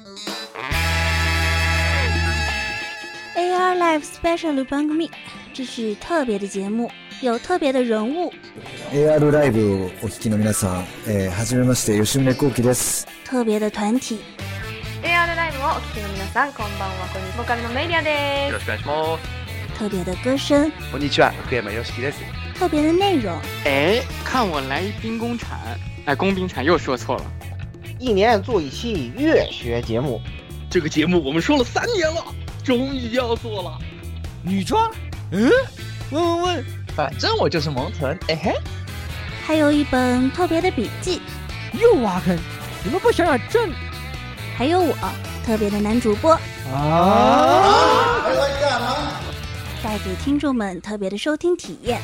AR Live Special 番組，这是特别的节目，有特别的人物。 AR ライブをお聞きの皆さん、はじめまして吉宗幸喜です。 特別的團体。 AR ライブをお聞きの皆さん、こんばんは。こんにちは。ボーカルのメイリアです。 よろしくお願いします。 特別的歌聲。 こんにちは、福山よしきです。 特別的內容。 看我來一兵工廠，工兵廠又說錯了。 一年做一期樂學節目， 這個節目我們說了3年了，終於要做了。 女裝？問， 反正我就是萌豚，嘿。 還有一本特別的筆記。 又挖坑，你們不想想正？ 還有我，特別的男主播帶給聽眾們特別的收聽體驗。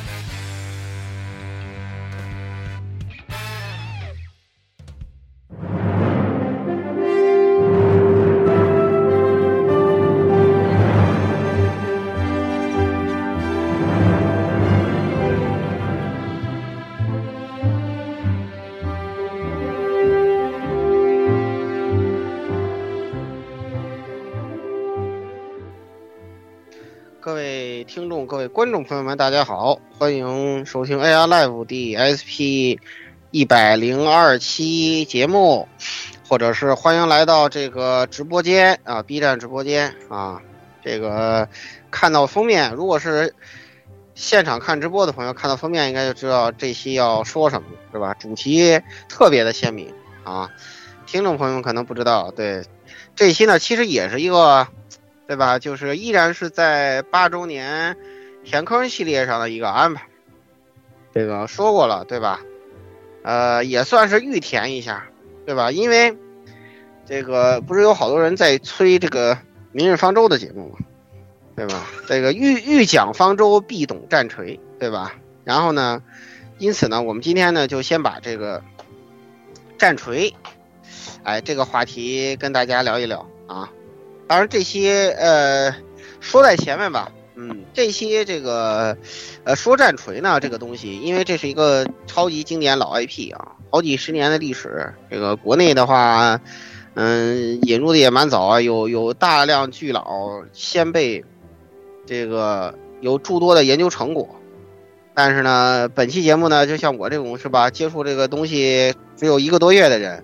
各位听众、各位观众朋友们，大家好，欢迎收听 AR Live 第 SP 102期节目，或者是欢迎来到这个直播间啊 ，B 站直播间啊。这个看到封面，如果是现场看直播的朋友，看到封面应该就知道这期要说什么，是吧？主题特别的鲜明啊。听众朋友们可能不知道，对，这期呢其实也是一个。对吧？就是依然是在8周年填坑系列上的一个安排，这个说过了，对吧？也算是预填一下，对吧？因为这个不是有好多人在催这个《明日方舟》的节目吗？对吧？这个欲讲方舟，必懂战锤，对吧？然后呢，因此呢，我们今天呢就先把这个战锤，这个话题跟大家聊一聊啊。当然这些说在前面吧，这些这个说战锤呢这个东西，因为这是一个超级经典老 IP 啊，好几十年的历史。这个国内的话，引入的也蛮早啊，有大量巨老先辈，这个有诸多的研究成果。但是呢，本期节目呢，就像我这种是吧，接触这个东西只有1个多月的人，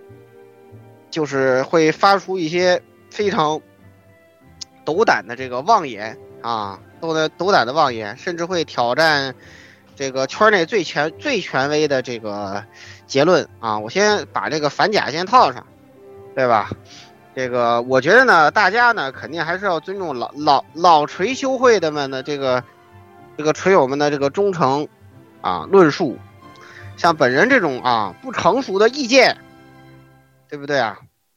就是会发出一些非常斗胆的这个妄言啊，斗胆的妄言，甚至会挑战这个圈内最权威的这个结论啊！我先把这个反甲先套上，对吧？这个我觉得呢，大家呢肯定还是要尊重老锤修会的们的这个锤友们的这个忠诚啊论述，像本人这种啊不成熟的意见，对不对啊？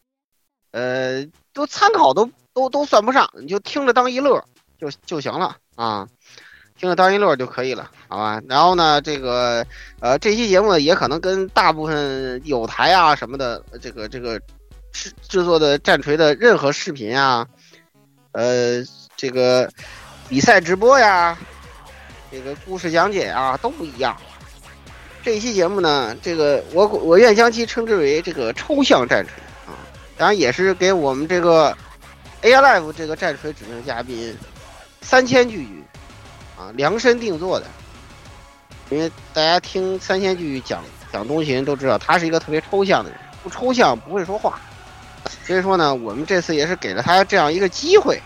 都参考都算不上，你就听着当一乐就行了啊，听着当一乐就可以了，好吧？然后呢，这个这期节目也可能跟大部分有台啊什么的这个制作的战锤的任何视频啊，这个比赛直播呀，这个故事讲解啊都不一样。这一期节目呢，这个我愿将其称之为这个抽象战锤。当然也是给我们这个 AR Live 这个战锤指名嘉宾3000句语啊量身定做的，因为大家听3000句语讲东西人都知道他是一个特别抽象的人，不抽象不会说话，所以说呢，我们这次也是给了他这样一个机会，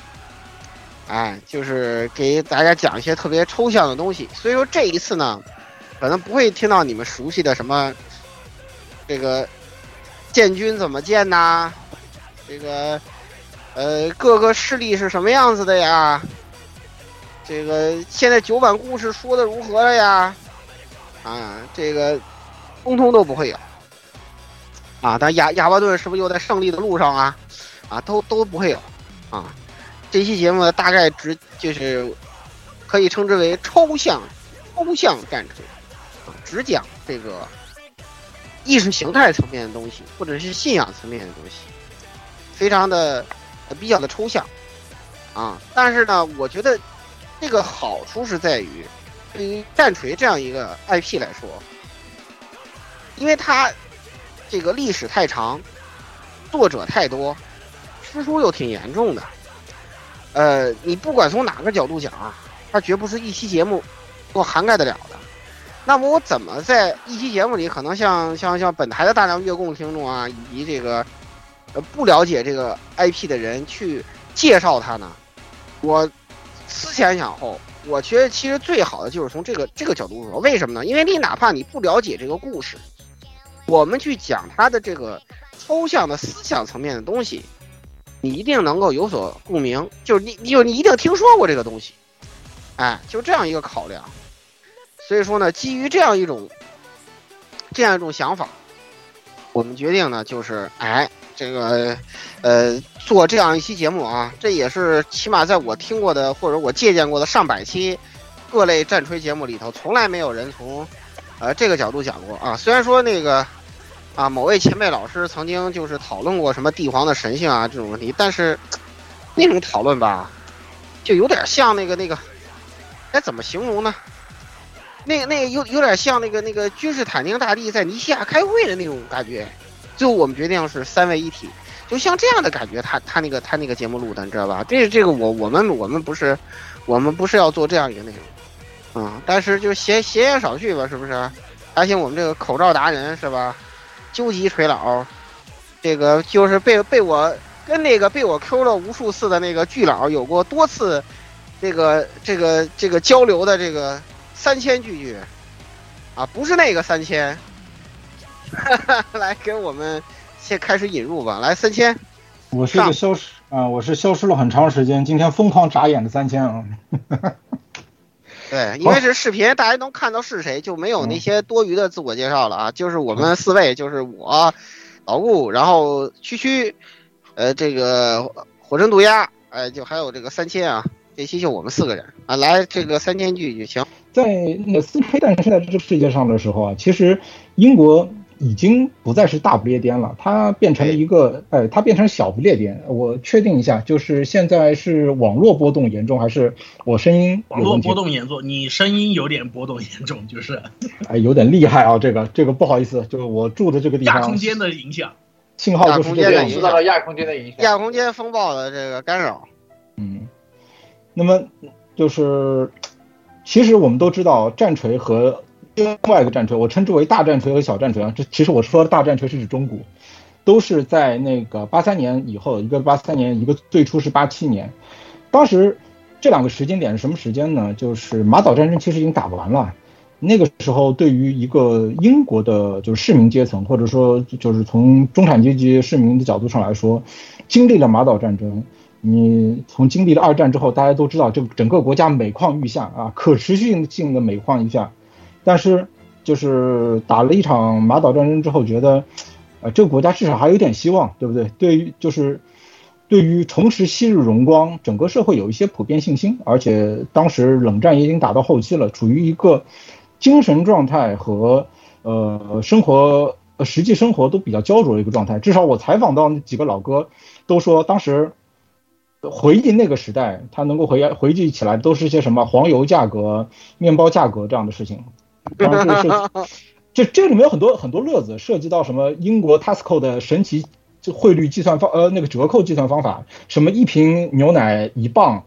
就是给大家讲一些特别抽象的东西。所以说这一次呢，可能不会听到你们熟悉的什么这个建军怎么建呐？这个各个势力是什么样子的呀？这个现在9版故事说的如何了呀？这个通通都不会有啊！但亚巴顿是不是又在胜利的路上啊？都不会有啊！这期节目大概就是可以称之为抽象战锤啊，只讲这个意识形态层面的东西，或者是信仰层面的东西，非常的比较的抽象啊。但是呢，我觉得这个好处是在于，对于战锤这样一个 IP 来说，因为它这个历史太长，作者太多， 输出又挺严重的。你不管从哪个角度讲啊，它绝不是一期节目都涵盖得了的。那么我怎么在一期节目里，可能像本台的大量月供听众啊，以及这个不了解这个 IP 的人去介绍它呢？我思前想后，我觉得其实最好的就是从这个角度说。为什么呢？因为你哪怕你不了解这个故事，我们去讲它的这个抽象的思想层面的东西，你一定能够有所共鸣，就是你一定听说过这个东西，就这样一个考量。所以说呢，基于这样一种想法，我们决定呢，就是这个做这样一期节目啊，这也是起码在我听过的或者我借鉴过的上百期各类战锤节目里头，从来没有人从这个角度讲过啊。虽然说那个某位前辈老师曾经就是讨论过什么帝皇的神性啊这种问题，但是那种讨论吧，就有点像那个该怎么形容呢？那有点像那个君士坦丁大帝在尼西亚开会的那种感觉。最后我们决定是三位一体，就像这样的感觉。他那个节目录的，你知道吧？这个我们不是要做这样一个内容，但是就闲言少叙吧，是不是？而且我们这个口罩达人是吧？究极垂老，这个就是被我跟那个被我 Q 了无数次的那个巨老有过多次这个交流的这个3000句不是那个3000。来给我们先开始引入吧，来3000。 我是个消失了很长时间，今天疯狂眨眼的3000啊。 对，因为是视频，大家能看到是谁，就没有那些多余的自我介绍了啊。就是我们4位，就是我老顾，然后区这个火神毒鸦，就还有这个3000啊。这期就我们4个人啊，来这个3000句就行。 在那个4K诞生在这个世界上的时候啊，其实英国已经不再是大不列颠了，它变成了一个，它变成小不列颠。我确定一下，就是现在是网络波动严重，还是我声音有问题？ 网络波动严重，你声音有点波动严重，就是。 有点厉害啊，这个不好意思，就是我住的这个地方。 亚空间的影响。 信号就是这样， 知道了亚空间的影响。 亚空间风暴的这个干扰。 那么就是，其实我们都知道，战锤和另外一个战锤，我称之为大战锤和小战锤啊。这其实我说的大战锤是指中古，都是在那个83年以后，一个83年，一个最初是87年。当时这两个时间点是什么时间呢？就是马岛战争其实已经打完了。那个时候，对于一个英国的就是市民阶层，或者说就是从中产阶级市民的角度上来说，经历了马岛战争。你从经历了2战之后，大家都知道，这整个国家每况愈下啊，可持续性的每况愈下。但是就是打了一场马岛战争之后，觉得，这个国家至少还有点希望，对不对？对于重拾昔日荣光，整个社会有一些普遍信心。而且当时冷战也已经打到后期了，处于一个精神状态和生活实际生活都比较焦灼的一个状态。至少我采访到那几个老哥都说，当时。回忆那个时代，他能够回忆起来都是些什么黄油价格、面包价格这样的事情。当然这里面有很多乐子，涉及到什么英国 Tesco 的神奇汇率计算那个折扣计算方法，什么1瓶牛奶1磅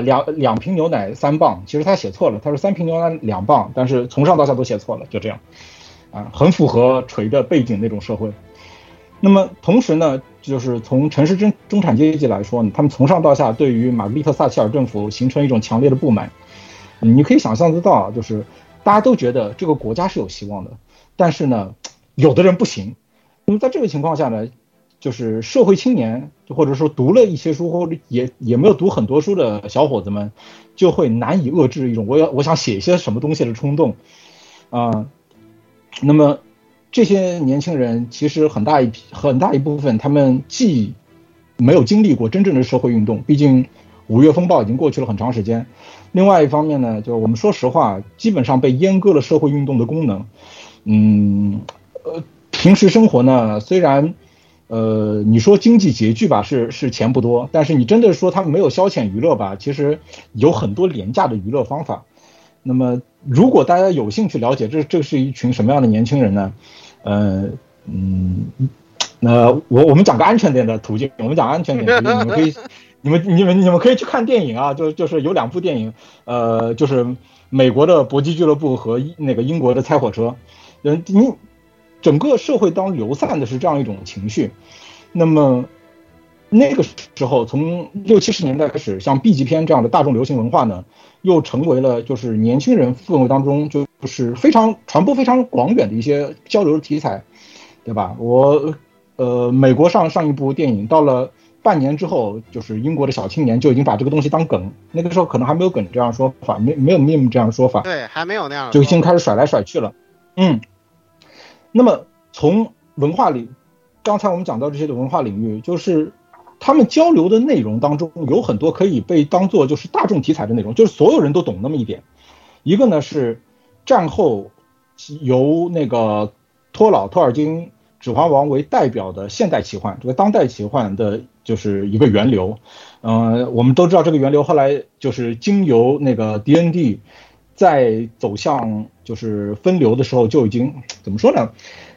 2瓶牛奶3磅，其实他写错了，他说3瓶牛奶2磅，但是从上到下都写错了，就这样很符合锤的背景那种社会。那么同时呢，就是从城市中产阶级来说呢，他们从上到下对于玛格丽特·撒切尔政府形成一种强烈的不满。你可以想象得到，就是大家都觉得这个国家是有希望的，但是呢，有的人不行。那么在这个情况下呢，就是社会青年，或者说读了一些书或者也没有读很多书的小伙子们，就会难以遏制一种我想写一些什么东西的冲动那么这些年轻人其实很大一部分，他们既没有经历过真正的社会运动，毕竟5月风暴已经过去了很长时间。另外一方面呢，就是我们说实话，基本上被阉割了社会运动的功能。平时生活呢，虽然你说经济拮据吧，是钱不多，但是你真的说他们没有消遣娱乐吧，其实有很多廉价的娱乐方法。那么如果大家有兴趣了解这是一群什么样的年轻人呢？ 我们讲个安全点的途径，你们可以，你们可以去看电影啊，就是有2部电影，就是美国的搏击俱乐部和那个英国的猜火车，你整个社会当流散的是这样一种情绪。那么那个时候，从60、70年代开始，像 B 级片这样的大众流行文化呢，又成为了就是年轻人氛围当中就是传播非常广远的一些交流的题材，对吧？美国上一部电影到了半年之后，就是英国的小青年就已经把这个东西当梗，那个时候可能还没有梗这样说法，没有 meme 这样的说法， 对，还没有那样， 就已经开始甩来甩去了。那么从文化里，刚才我们讲到这些的文化领域，就是他们交流的内容当中有很多可以被当做就是大众题材的内容，就是所有人都懂那么一点。一个呢是战后由那个托尔金指环王为代表的现代奇幻，这个当代奇幻的就是一个源流。我们都知道这个源流后来就是经由那个 D&D 在走向就是分流的时候，就已经怎么说呢，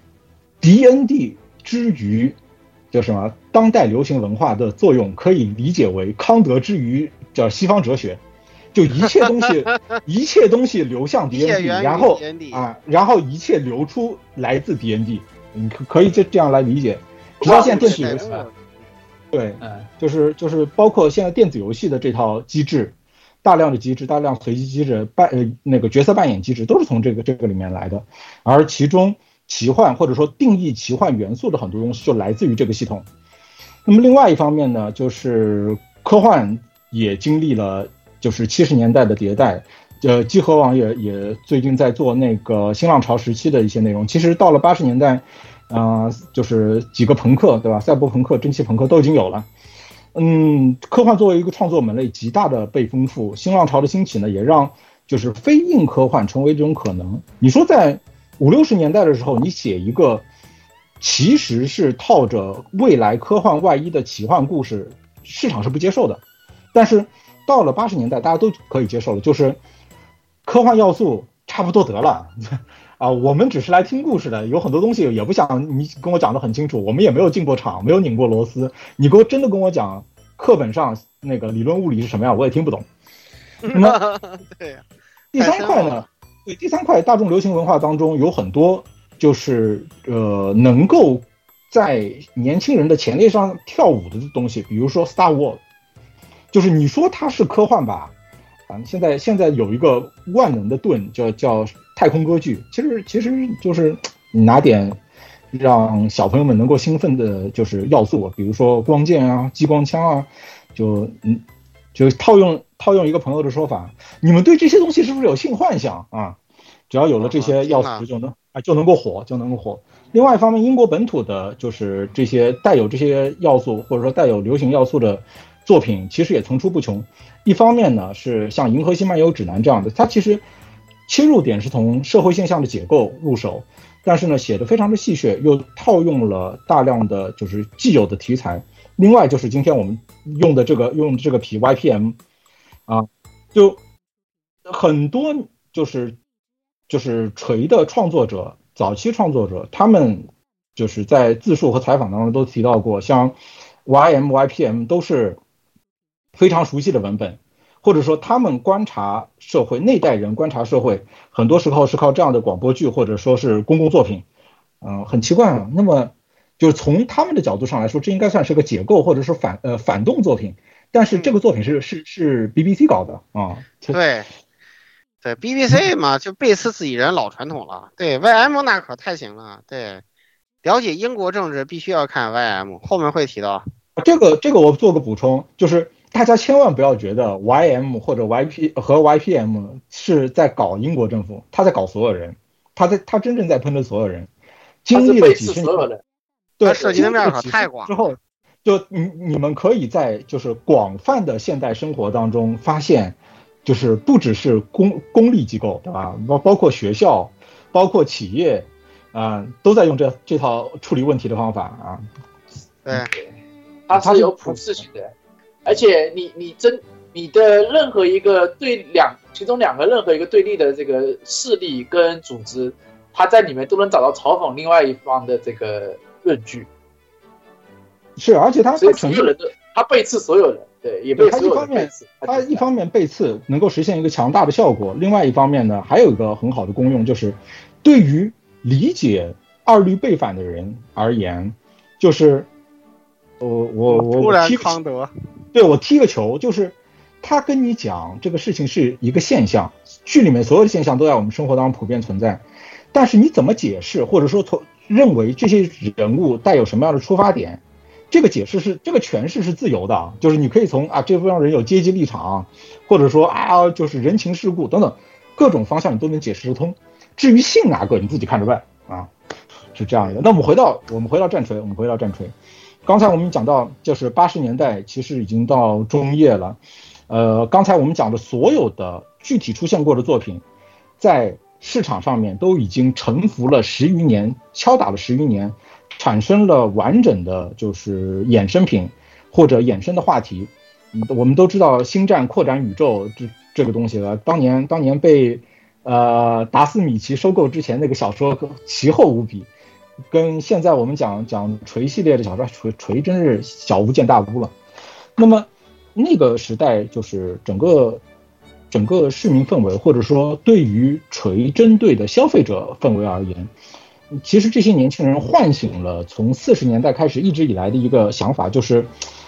D&D 之于叫什么当代流行文化的作用，可以理解为康德之于叫西方哲学，就一切东西流向 D&D， 然后一切流出来自 D&D， 你可以这样来理解。直到现在电子游戏，对，就是包括现在电子游戏的这套机制，大量随机机制，那个角色扮演机制都是从这个里面来的，而其中奇幻或者说定义奇幻元素的很多东西就来自于这个系统。那么另外一方面呢，就是科幻也经历了就是70年代的迭代，集合网也最近在做那个新浪潮时期的一些内容。其实到了80年代，就是几个朋克，对吧？赛博朋克、蒸汽朋克都已经有了。科幻作为一个创作门类，极大的被丰富。新浪潮的兴起呢，也让就是非硬科幻成为这种可能。你说在50、60年代的时候，你写一个其实是套着未来科幻外衣的奇幻故事，市场是不接受的。但是到了80年代，大家都可以接受了，就是科幻要素差不多得了啊，我们只是来听故事的，有很多东西也不想你跟我讲得很清楚，我们也没有进过场，没有拧过螺丝，你真的跟我讲课本上那个理论物理是什么样，我也听不懂。那么对， 第三块呢？对，第三块大众流行文化当中有很多就是能够在年轻人的前列上跳舞的东西，比如说 Star Wars， 就是你说它是科幻吧，现在有一个万能的盾叫太空歌剧，其实就是拿点让小朋友们能够兴奋的就是要素，比如说光剑啊、激光枪啊，就套用一个朋友的说法，你们对这些东西是不是有性幻想啊？只要有了这些要素就能够火。另外一方面，英国本土的就是这些带有这些要素或者说带有流行要素的作品，其实也层出不穷。一方面呢，是像《银河系漫游指南》这样的，它其实切入点是从社会现象的解构入手，但是呢，写得非常的戏谑，又套用了大量的就是既有的题材。另外就是今天我们用的这个皮 YPM 啊，就很多就是锤的创作者，早期创作者，他们就是在自述和采访当中都提到过，像 YPM 都是非常熟悉的文本，或者说他们观察社会，那代人观察社会，很多时候是靠这样的广播剧或者说是公共作品，很奇怪啊。那么就是从他们的角度上来说，这应该算是个解构或者是反动作品，但是这个作品是 BBC 搞的啊。 对 BBC 嘛，就贝斯自己人老传统了。对 YM 那可太行了。对，了解英国政治必须要看 YM， 后面会提到。 这个我做个补充，就是大家千万不要觉得 YM 或者 YPM 是在搞英国政府，他在搞所有人，他真正在喷的所有人，经历了几十年，对， 涉及的面可太广之后，就你们可以在就是广泛的现代生活当中发现。就是不只是公立机构，对吧？包括学校，包括企业，都在用这套处理问题的方法啊。 对， 它是有普适性的，而且你的任何一个其中两个任何一个对立的这个势力跟组织，它在里面都能找到嘲讽另外一方的这个论据。 是，而且他所有人的他背刺所有人，对，也被所有人背刺。 他一方面背刺能够实现一个强大的效果，另外一方面呢，还有一个很好的功用，就是对于理解二律背反的人而言，就是我突然康德， 对，我踢个球，就是他跟你讲这个事情是一个现象，剧里面所有的现象都在我们生活当中普遍存在，但是你怎么解释，或者说认为这些人物带有什么样的出发点，这个解释是这个诠释是自由的啊，就是你可以从这部分人有阶级立场，或者说就是人情世故等等各种方向你都能解释得通。至于信哪个你自己看着办啊，是这样一个。那我们回到战锤，刚才我们讲到就是80年代其实已经到中叶了，刚才我们讲的所有的具体出现过的作品，在市场上面都已经沉浮了10余年，敲打了10余年，产生了完整的就是衍生品或者衍生的话题。我们都知道星战扩展宇宙这个东西了，当年被达斯米奇收购之前那个小说其厚无比，跟现在我们讲锤系列的小说，锤真是小巫见大巫了。那么那个时代就是整个市民氛围，或者说对于锤针对的消费者氛围而言，其实这些年轻人唤醒了从40年代开始一直以来的一个想法，就是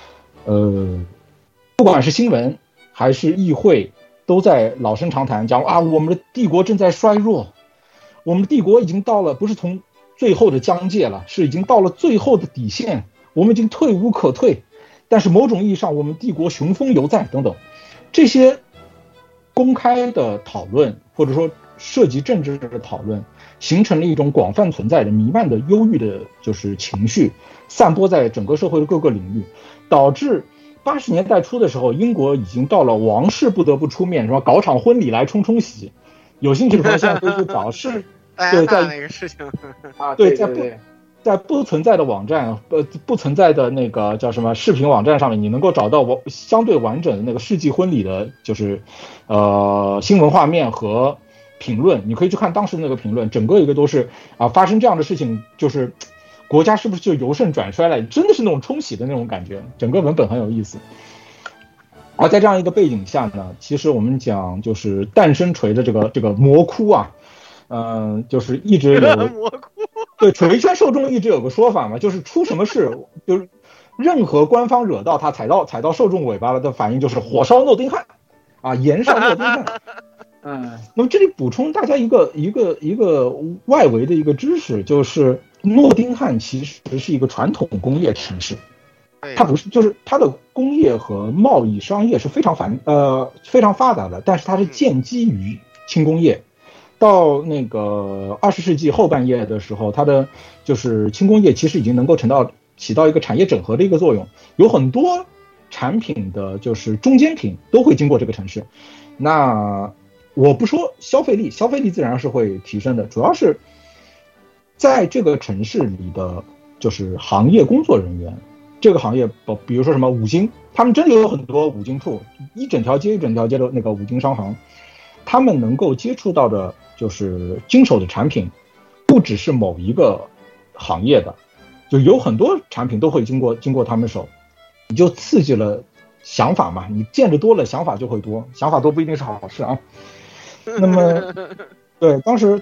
不管是新闻还是议会都在老生常谈讲我们的帝国正在衰弱，我们的帝国已经到了不是从最后的疆界了，是已经到了最后的底线，我们已经退无可退，但是某种意义上我们帝国雄风犹在等等。这些公开的讨论或者说涉及政治的讨论，形成了一种广泛存在的弥漫的忧郁的就是情绪，散播在整个社会的各个领域，导致80年代初的时候，英国已经到了王室不得不出面，什么搞场婚礼来冲喜。有兴趣的朋友现在可以去找，是对在那个事情对在不存在的网站不存在的那个叫什么视频网站上面，你能够找到相对完整的那个世纪婚礼的就是新闻画面和评论，你可以去看当时那个评论，整个一个都是发生这样的事情，就是国家是不是就由盛转衰了，真的是那种冲喜的那种感觉，整个文本很有意思。而在这样一个背景下呢，其实我们讲就是诞生锤的这个魔窟啊，就是一直有对锤圈受众一直有个说法嘛，就是出什么事，就是任何官方惹到他踩到受众尾巴了的反应就是火烧诺丁汉延上诺丁汉。那么这里补充大家一个外围的一个知识，就是诺丁汉其实是一个传统工业城市，它不是，就是它的工业和贸易商业是非常发达的，但是它是建基于轻工业。到那个20世纪后半叶的时候，它的就是轻工业其实已经能够起到一个产业整合的一个作用，有很多产品的就是中间品都会经过这个城市。那我不说消费力自然是会提升的，主要是在这个城市里的就是行业工作人员，这个行业比如说什么五金，他们真的有很多五金铺，一整条街的那个五金商行，他们能够接触到的就是经手的产品不只是某一个行业的，就有很多产品都会经过他们手，你就刺激了想法嘛，你见得多了想法就会多，想法多不一定是好事啊。那么对，当时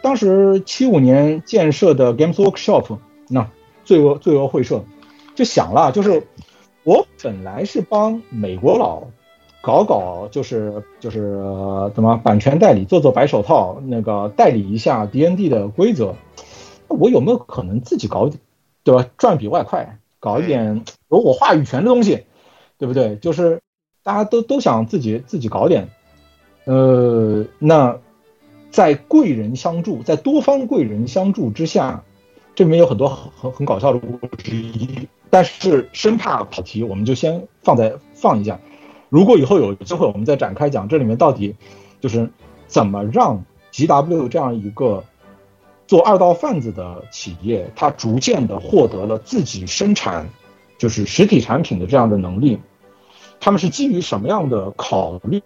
75年建设的 Games Workshop， 那罪恶会社就想了，就是我本来是帮美国佬搞就是怎么版权代理，做白手套，那个代理一下 D&D 的规则，我有没有可能自己搞，对吧？赚笔外快，搞一点有我话语权的东西，对不对？就是大家都想自己搞点。那在贵人相助，在多方贵人相助之下，这里面有很多很搞笑的故事，但是生怕跑题，我们就先放一下。如果以后有机会，我们再展开讲这里面到底就是怎么让 GW 这样一个做二道贩子的企业，它逐渐的获得了自己生产就是实体产品的这样的能力，他们是基于什么样的考虑，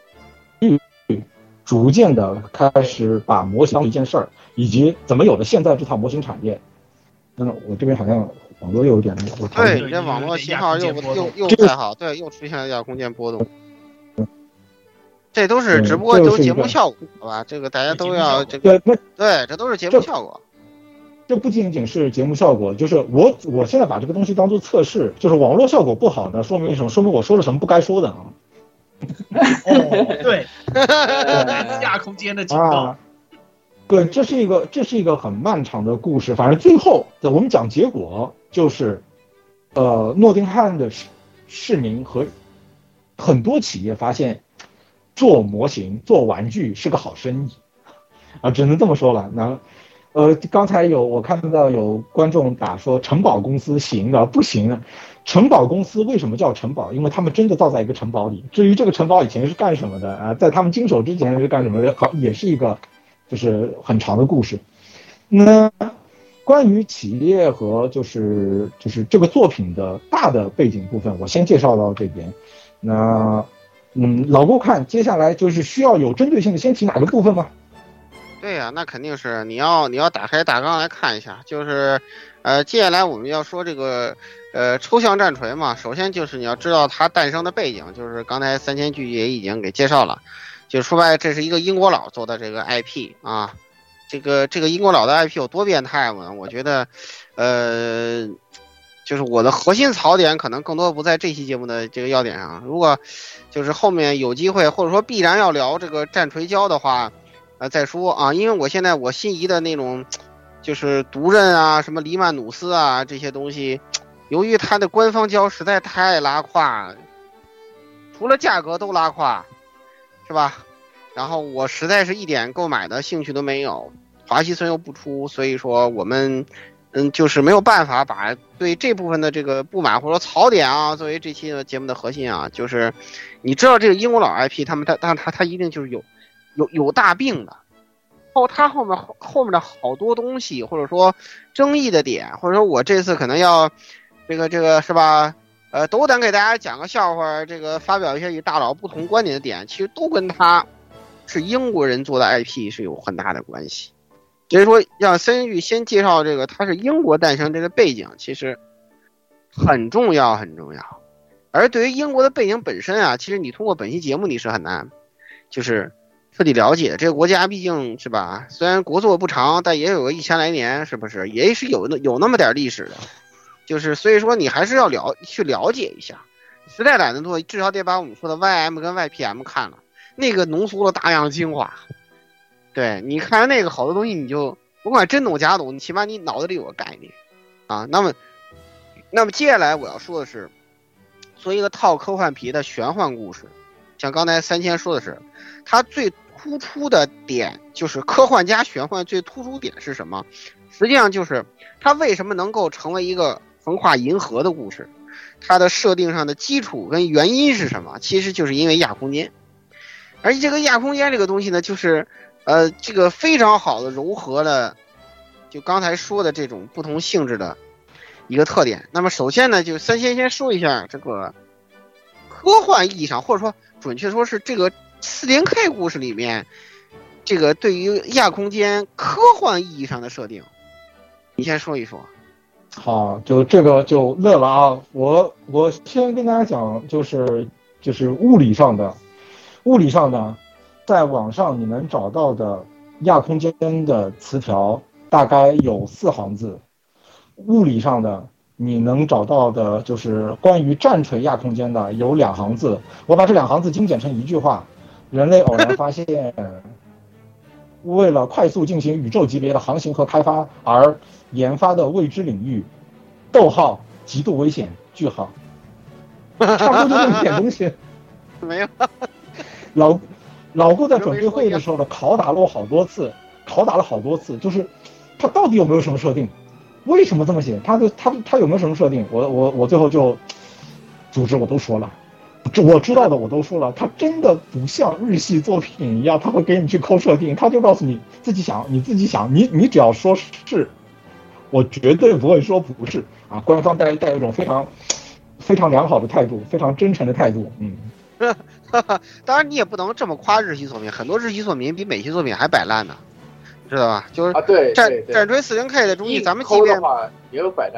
逐渐的开始把模型当一件事儿，以及怎么有了现在这套模型产业。我这边好像网络有点我对，你这网络信号又不太好，对，又出现了亚空间波动。这都是只不过都是节目效果，好吧？这个大家都要这个对，这都是节目效果。 这不仅仅是节目效果，就是我现在把这个东西当做测试，就是网络效果不好呢，说明什么？说明我说了什么不该说的啊。 哦，对，亚空间的警告。 对，这是一个很漫长的故事，反正最后我们讲结果就是，诺丁汉的市民和很多企业发现，做模型、做玩具是个好生意，啊，只能这么说了。那，刚才我看到有观众打说城堡公司行的，不行的。城堡公司为什么叫城堡？因为他们真的造在一个城堡里。至于这个城堡以前是干什么的啊，在他们经手之前是干什么的，也是一个就是很长的故事。那关于企业和就是这个作品的大的背景部分，我先介绍到这边。那老郭看接下来就是需要有针对性的先提哪个部分吗？ 对呀，那肯定是你要打开大纲来看一下，就是接下来我们要说这个抽象战锤嘛，首先就是你要知道它诞生的背景，就是刚才3000句也已经给介绍了，就说白了这是一个英国佬做的这个 IP 啊，这个英国佬的 IP 有多变态嘛？我觉得就是我的核心槽点可能更多不在这期节目的这个要点上，如果就是后面有机会或者说必然要聊这个战锤胶的话再说啊，因为我现在我心仪的那种就是毒刃啊什么黎曼努斯啊这些东西，由于它的官方胶实在太拉胯，除了价格都拉胯是吧，然后我实在是一点购买的兴趣都没有，华西村又不出，所以说我们就是没有办法把对这部分的这个不满或者说槽点啊作为这期的节目的核心啊，就是你知道这个英国佬 IP 他一定就是有大病的，他后面的好多东西或者说争议的点，或者说我这次可能要这个是吧斗胆给大家讲个笑话，这个发表一些与大佬不同观点的点，其实都跟他是英国人做的 IP 是有很大的关系。所以说让3000句先介绍这个它是英国诞生这个背景，其实很重要。而对于英国的背景本身啊，其实你通过本期节目你是很难就是彻底了解。这个国家毕竟是吧，虽然国祚不长，但也有个1000来年，是不是也是有那么点历史的，就是所以说你还是要去了解一下。实在懒得做，至少得把我们说的 YM 跟 YPM 看了，那个浓缩了大量精华。对，你看那个好多东西，你就不管真懂假懂，你起码你脑子里有个概念啊。那么接下来我要说的是，做一个套科幻皮的玄幻故事，像刚才3000说的是，它最突出的点就是科幻加玄幻最突出点是什么？实际上就是它为什么能够成为一个横跨银河的故事，它的设定上的基础跟原因是什么？其实就是因为亚空间，而这个亚空间这个东西呢，就是这个非常好的糅合了就刚才说的这种不同性质的一个特点。那么首先呢，就3000先说一下这个科幻意义上，或者说准确说是这个40K 故事里面这个对于亚空间科幻意义上的设定，你先说一说。 好，就这个就乐了啊！我先跟大家讲，就是物理上的，在网上你能找到的亚空间的词条大概有4行字，物理上的你能找到的就是关于战锤亚空间的有2行字，我把这2行字精简成一句话：人类偶然发现，为了快速进行宇宙级别的航行和开发而研发的未知领域，逗号极度危险，句号。差不多就这么点东西。 没有。 老顾在准备会的时候呢，拷打了我好多次，就是他到底有没有什么设定？为什么这么写？他有没有什么设定？我最后就组织我都说了，我知道的我都说了，他真的不像日系作品一样，他会给你去抠设定，他就告诉你自己想，你只要说是，我绝对不会说不是啊！官方带一种非常良好的态度，非常真诚的态度， 当然你也不能这么夸日系作品，很多日系作品比美系作品还摆烂呢，知道吧？就是对战锤40K的东西，咱们即便的话也有摆烂。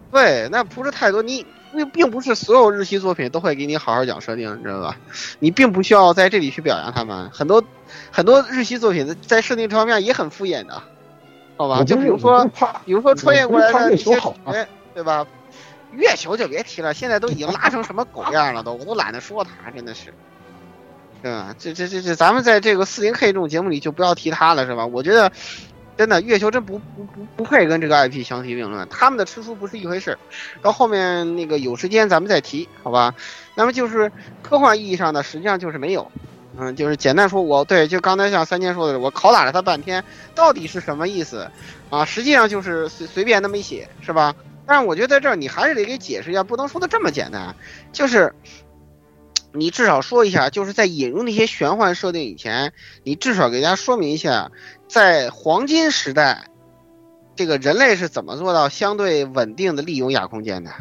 对，那不是太多，你并不是所有日系作品都会给你好好讲设定，你知道吧？你并不需要在这里去表扬他们，很多日系作品在设定这方面也很敷衍的，好吧？就比如说穿越过来的一些主角，对吧？月球就别提了，现在都已经拉成什么狗样了，我都懒得说他，真的是，对吧？这，咱们在这个40K 这种节目里就不要提他了，是吧？我觉得。真的，月球真不配跟这个 IP 相提并论，他们的吃书不是一回事。到后面那个有时间咱们再提，好吧？那么就是科幻意义上的，实际上就是没有，就是简单说，就刚才像三千说的，我拷打了他半天，到底是什么意思啊？实际上就是随便那么一写，是吧？但是我觉得在这儿你还是得给解释一下，不能说的这么简单，就是你至少说一下，就是在引入那些玄幻设定以前，你至少给大家说明一下。在黄金时代，这个人类是怎么做到相对稳定的利用亚空间的？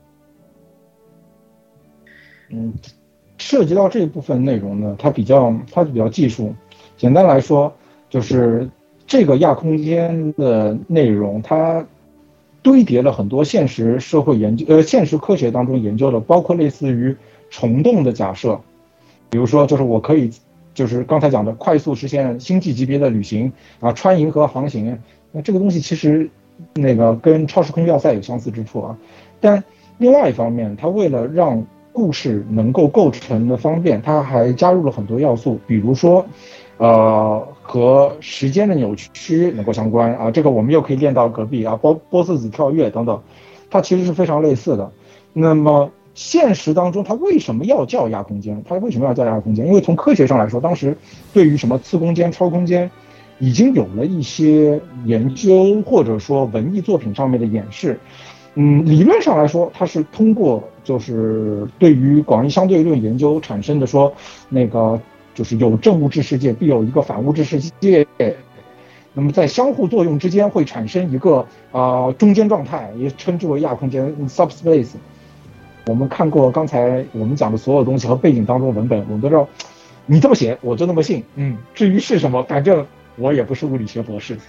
涉及到这一部分内容呢，它比较技术。简单来说，就是这个亚空间的内容，它堆叠了很多现实社会研究，现实科学当中研究的，包括类似于虫洞的假设，比如说，就是我可以。就是刚才讲的快速实现星际级别的旅行啊，穿银河航行，那这个东西其实那个跟超时空要塞有相似之处啊。但另外一方面，它为了让故事能够构成的方便，它还加入了很多要素，比如说和时间的扭曲能够相关啊，这个我们又可以练到隔壁啊，波斯子跳跃等等，它其实是非常类似的。那么现实当中，它为什么要叫亚空间？因为从科学上来说，当时对于什么次空间、超空间，已经有了一些研究，或者说文艺作品上面的演示。理论上来说，它是通过就是对于广义相对论研究产生的说，那个就是有正物质世界必有一个反物质世界，那么在相互作用之间会产生一个中间状态，也称之为亚空间 subspace。我们看过刚才我们讲的所有东西和背景当中的文本，我们都知道，你这么写我就那么信。至于是什么，反正我也不是物理学博士。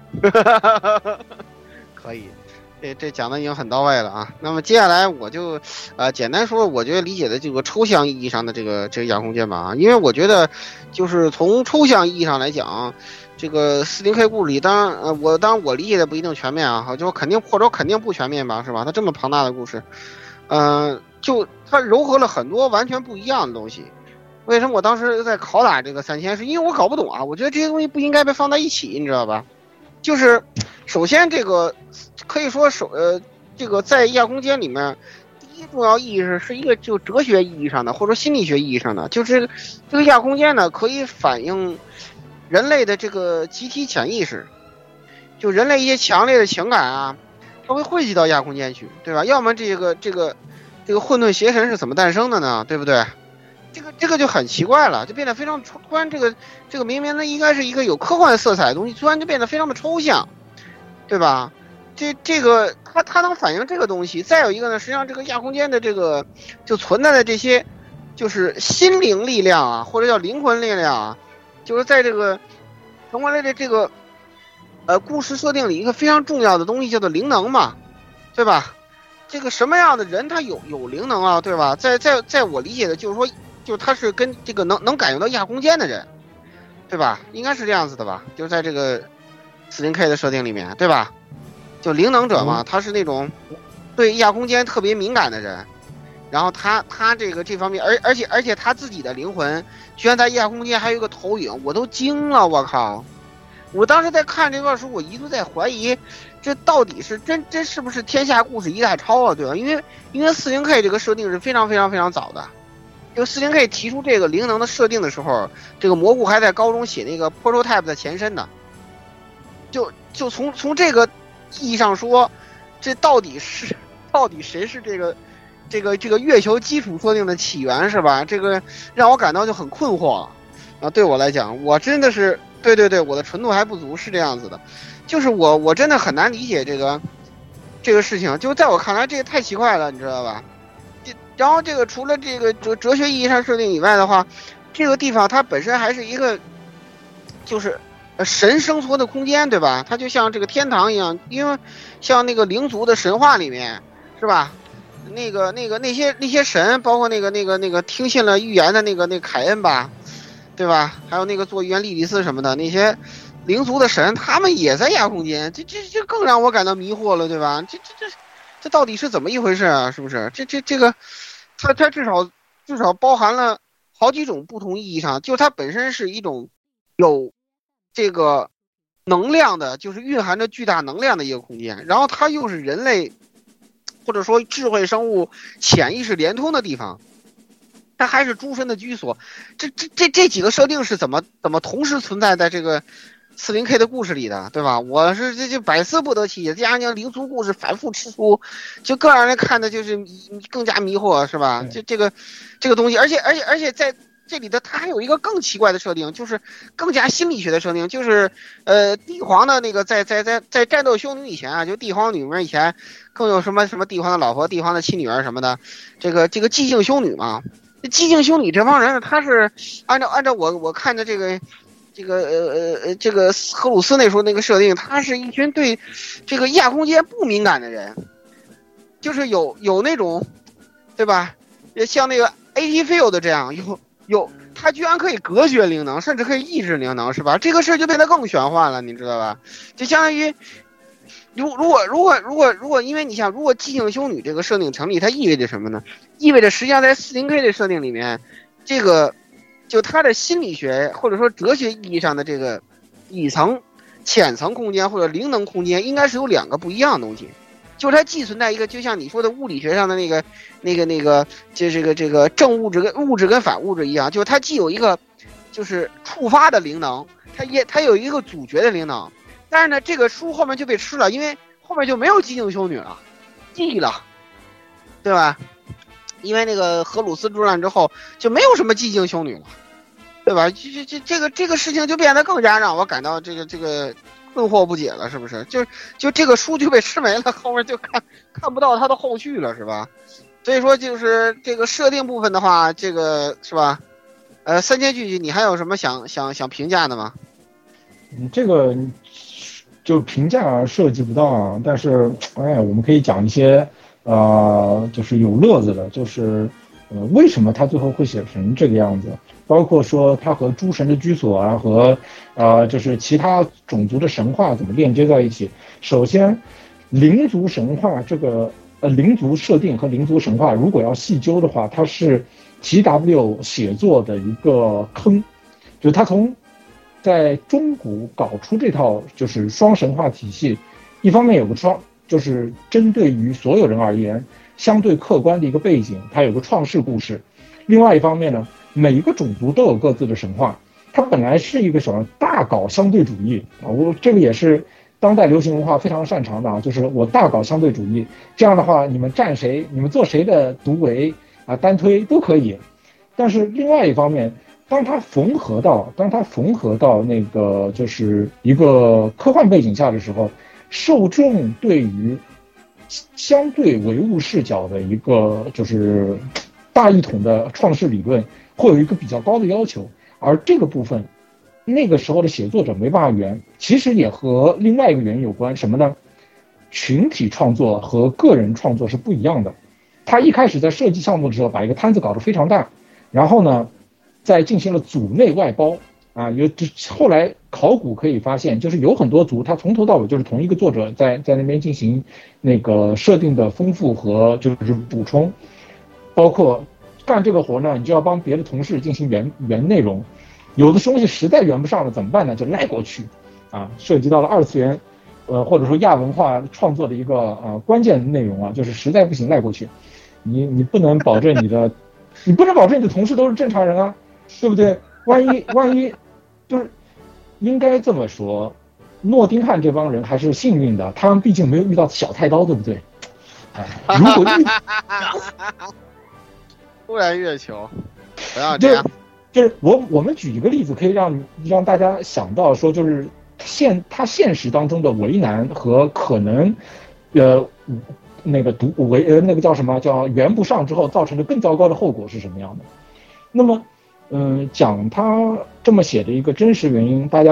可以，这讲的已经很到位了啊。那么接下来我就简单说，我觉得理解的这个抽象意义上的这个亚空间吧啊，因为我觉得就是从抽象意义上来讲，这个40K 故事里，当然我理解的不一定全面啊，就肯定不全面吧，是吧？它这么庞大的故事。就它糅合了很多完全不一样的东西。为什么我当时在拷打这个3000？是因为我搞不懂啊，我觉得这些东西不应该被放在一起，你知道吧？就是首先这个可以说这个在亚空间里面，第一重要意义是一个就哲学意义上的或者心理学意义上的，就是这个亚空间呢可以反映人类的这个集体潜意识，就人类一些强烈的情感啊。它会汇集到亚空间去，对吧？要么这个混沌邪神是怎么诞生的呢？对不对？这个就很奇怪了，就变得非常突然，这个明明呢应该是一个有科幻色彩的东西，突然就变得非常的抽象，对吧？这个它能反映这个东西。再有一个呢，实际上这个亚空间的这个就存在的这些就是心灵力量啊，或者叫灵魂力量啊，就是在这个成为了这个。故事设定里一个非常重要的东西叫做灵能嘛，对吧？这个什么样的人他有灵能啊，对吧？在我理解的就是说，就是他是跟这个能感应到亚空间的人，对吧？应该是这样子的吧？就是在这个40K 的设定里面，对吧？就灵能者嘛，他是那种对亚空间特别敏感的人，然后他这方面，而且他自己的灵魂居然在亚空间还有一个投影，我都惊了，我靠！我当时在看这段时候，我一度在怀疑，这到底是真是不是天下故事一代抄啊？对吧？因为40K 这个设定是非常非常非常早的，就40K 提出这个灵能的设定的时候，这个蘑菇还在高中写那个 prototype 的前身呢。就从这个意义上说，这到底谁是这个月球基础设定的起源是吧？这个让我感到就很困惑啊！对我来讲，我真的是。对，我的纯度还不足，是这样子的，就是我真的很难理解这个事情，就在我看来这个太奇怪了，你知道吧？然后这个除了这个哲学意义上设定以外的话，这个地方它本身还是一个，就是神生存的空间，对吧？它就像这个天堂一样，因为像那个灵族的神话里面，是吧？那些神，包括那个听信了预言的那个凯恩吧，对吧？还有那个做预言莉莉丝什么的那些灵族的神，他们也在亚空间，这更让我感到迷惑了，对吧？这到底是怎么一回事啊？是不是？这个，它至少包含了好几种不同意义上，就它本身是一种有这个能量的，就是蕴含着巨大能量的一个空间，然后它又是人类或者说智慧生物潜意识连通的地方，它还是诸神的居所。这几个设定是怎么同时存在在这个40K 的故事里的，对吧？我是这百思不得其解，加上灵族故事反复吃出，就更让人看的就是更加迷惑，是吧？这个东西，而且在这里的它还有一个更奇怪的设定，就是更加心理学的设定，就是帝皇的那个在战斗修女以前啊，就帝皇女们以前更有什么帝皇的老婆、帝皇的亲女儿什么的，这个寂静修女嘛，寂静修女这帮人，他是按照我看的这个荷鲁斯那时候那个设定，他是一群对这个亚空间不敏感的人，就是有那种，对吧？像那个 AT Field 这样有，他居然可以隔绝灵能，甚至可以抑制灵能，是吧？这个事就变得更玄幻了，你知道吧？就相当于，如果，因为你想，如果寂静修女这个设定成立，它意味着什么呢？意味着实际上在40K 的设定里面，这个就它的心理学或者说哲学意义上的这个底层、浅层空间或者灵能空间，应该是有两个不一样的东西。就是它既存在一个，就像你说的物理学上的那个，就这个正物质跟反物质一样，就是它既有一个就是触发的灵能，它有一个阻绝的灵能，但是呢，这个书后面就被吃了，因为后面就没有寂静修女了，记了，对吧？因为那个荷鲁斯之乱之后就没有什么寂静修女了，对吧？这个事情就变得更加让我感到这个困惑不解了，是不是？就这个书就被吃没了，后面就看不到它的后续了，是吧？所以说就是这个设定部分的话，这个是吧？三千句你还有什么想评价的吗？ 这个就评价涉及不到啊，但是我们可以讲一些就是有乐子的，就是为什么他最后会写成这个样子？包括说它和诸神的居所啊，和就是其他种族的神话怎么链接在一起。首先，灵族神话这个灵族设定和灵族神话，如果要细究的话，它是 TW 写作的一个坑，就是他从在中古搞出这套就是双神话体系，一方面有个就是针对于所有人而言相对客观的一个背景，它有个创世故事。另外一方面呢，每一个种族都有各自的神话，它本来是一个什么大搞相对主义啊，这个也是当代流行文化非常擅长的啊，就是我大搞相对主义，这样的话你们站谁，你们做谁的独为啊单推都可以。但是另外一方面，当它缝合到那个就是一个科幻背景下的时候，受众对于相对唯物视角的一个就是大一统的创世理论会有一个比较高的要求，而这个部分那个时候的写作者没办法圆，其实也和另外一个原因有关，什么呢？群体创作和个人创作是不一样的。他一开始在设计项目的时候把一个摊子搞得非常大，然后呢再进行了组内外包啊，后来考古可以发现，就是有很多族他从头到尾就是同一个作者在那边进行那个设定的丰富和就是补充，包括干这个活呢，你就要帮别的同事进行原内容，有的东西实在圆不上了怎么办呢？就赖过去啊，涉及到了二次元或者说亚文化创作的一个关键内容啊，就是实在不行赖过去，你不能保证你的同事都是正常人啊，对不对？万一就是应该这么说，诺丁汉这帮人还是幸运的，他们毕竟没有遇到小太刀，对不对？如果突然月球，不要这样。 就是我们举一个例子，可以让大家想到说，就是他现实当中的为难和可能，那个那个叫什么叫圆不上之后造成的更糟糕的后果是什么样的？那么，讲他这么写的一个真实原因，大家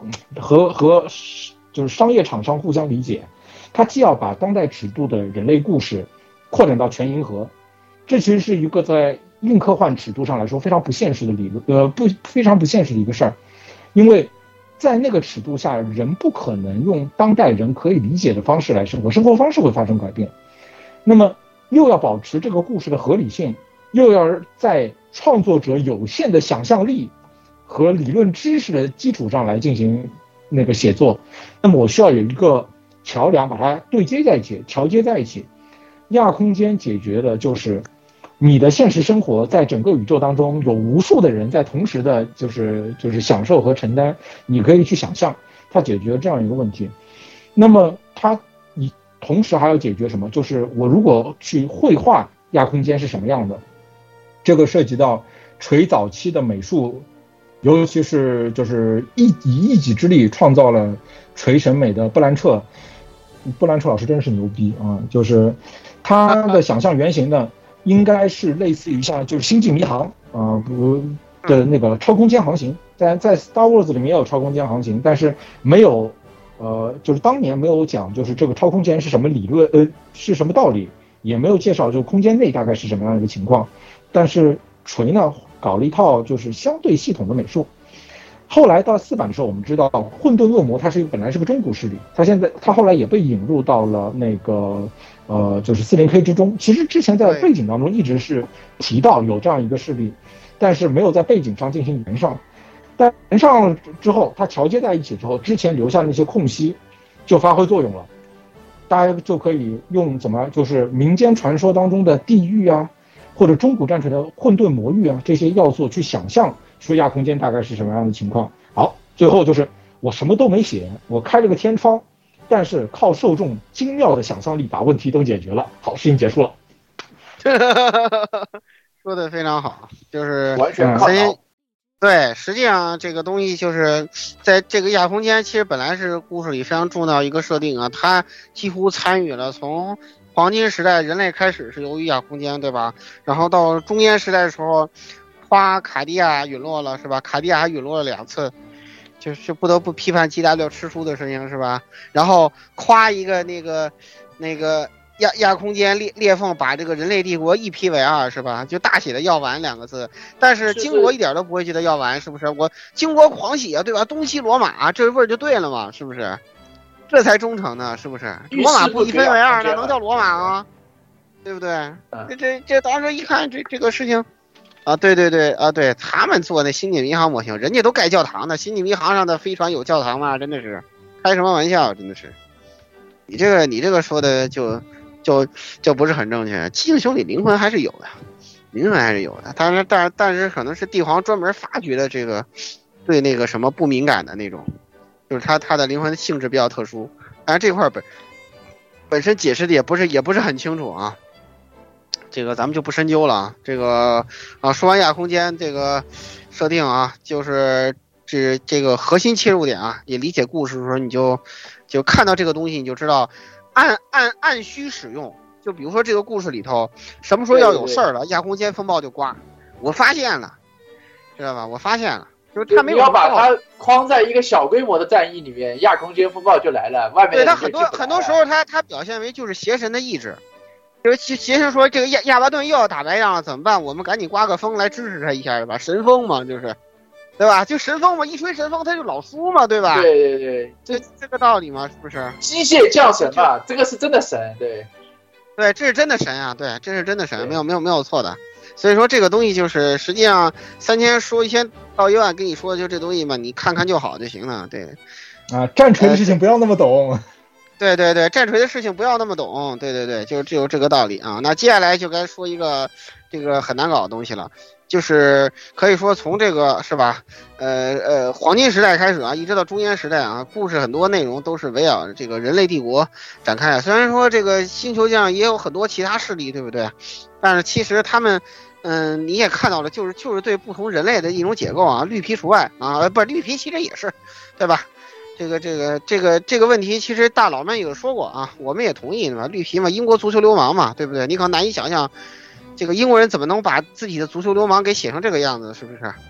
和就是商业厂商互相理解，它既要把当代尺度的人类故事扩展到全银河，这其实是一个在硬科幻尺度上来说非常不现实的非常不现实的一个事儿，因为在那个尺度下，人不可能用当代人可以理解的方式来生活，生活方式会发生改变。那么又要保持这个故事的合理性，又要在创作者有限的想象力和理论知识的基础上来进行那个写作，那么我需要有一个桥梁把它对接在一起，桥接在一起。亚空间解决的就是你的现实生活在整个宇宙当中有无数的人在同时的就是享受和承担，你可以去想象，它解决这样一个问题。那么它同时还要解决什么？就是我如果去绘画亚空间是什么样的，这个涉及到锤早期的美术，尤其是就是以一己之力创造了锤审美的布兰彻老师真是牛逼啊！就是他的想象原型呢，应该是类似于像就是星际迷航的那个超空间航行，在 Star Wars 里面也有超空间航行，但是没有就是当年没有讲就是这个超空间是什么理论是什么道理，也没有介绍就空间内大概是什么样的一个情况。但是锤呢搞了一套就是相对系统的美术。后来到4版的时候，我们知道混沌恶魔它本来是个中古势力，它后来也被引入到了那个就是40K 之中。其实之前在背景当中一直是提到有这样一个势力，但是没有在背景上进行圆上。但圆上之后，它桥接在一起之后，之前留下那些空隙就发挥作用了。大家就可以用就是民间传说当中的地狱啊，或者中古战锤的混沌魔域啊这些要素去想象说亚空间大概是什么样的情况。好，最后就是我什么都没写，我开了个天窗，但是靠受众精妙的想象力把问题都解决了。好，事情结束了。 说的非常好，就是完全靠脑。 对，实际上这个东西就是在这个亚空间，其实本来是故事里非常重要一个设定啊，它几乎参与了从黄金时代人类开始是由于亚空间，对吧？然后到中间时代的时候，卡地亚陨落了，是吧？卡地亚还陨落了2次，就是不得不批判 GW 吃书的事情，是吧？然后夸一个那个亚空间裂缝把这个人类帝国一劈为2，是吧？就大写的药丸2个字，但是金国一点都不会觉得药丸，是不是？我金国狂喜啊，对吧？东西罗马这味儿就对了嘛，是不是？这才忠诚呢，是不是？罗马不一分为2，那能叫罗马吗？对不对？这当时一看这个事情啊，对啊，对他们做那星际迷航模型，人家都盖教堂的，星际迷航上的飞船有教堂吗？真的是开什么玩笑，真的是。你这个说的就不是很正确。七星兄弟灵魂还是有的，灵魂还是有的，但是可能是帝皇专门发掘的这个对那个什么不敏感的那种，就是他的灵魂的性质比较特殊，但是这块本身解释的也不是很清楚啊。这个咱们就不深究了啊。这个啊，说完亚空间这个设定啊，就是这个核心切入点啊，也理解故事的时候，你就看到这个东西，你就知道按需使用。就比如说这个故事里头，什么时候要有事儿了，亚空间风暴就刮。我发现了，知道吧？我发现了，就是他没有要把它框在一个小规模的战役里面，亚空间风暴就来了，外面对他很多时候他表现为就是邪神的意志。就是邪神说这个亚巴顿又要打败仗了，怎么办？我们赶紧刮个风来支持他一下，对吧？神风嘛，就是，对吧？就神风嘛，一吹神风他就老输嘛，对吧？ 对， 这个道理嘛，是不是？ 机械降神嘛，这个是真的神，对， 这是真的神啊，对，这是真的神，没有错的。所以说这个东西就是实际上3000说1000道1万跟你说，就这东西嘛，你看看就好就行了，对。 啊，战锤的事情不要那么懂。 对，战锤的事情不要那么懂。对，就只有这个道理啊。那接下来就该说一个这个很难搞的东西了，就是可以说从这个是吧，黄金时代开始啊，一直到中间时代啊，故事很多内容都是围绕这个人类帝国展开。虽然说这个星球上也有很多其他势力，对不对？但是其实他们，你也看到了，就是对不同人类的一种解构啊，绿皮除外啊，不，绿皮其实也是，对吧？这个问题，其实大佬们有说过啊，我们也同意嘛，绿皮嘛，英国足球流氓嘛，对不对？你可能难以想象，这个英国人怎么能把自己的足球流氓给写成这个样子，是不是？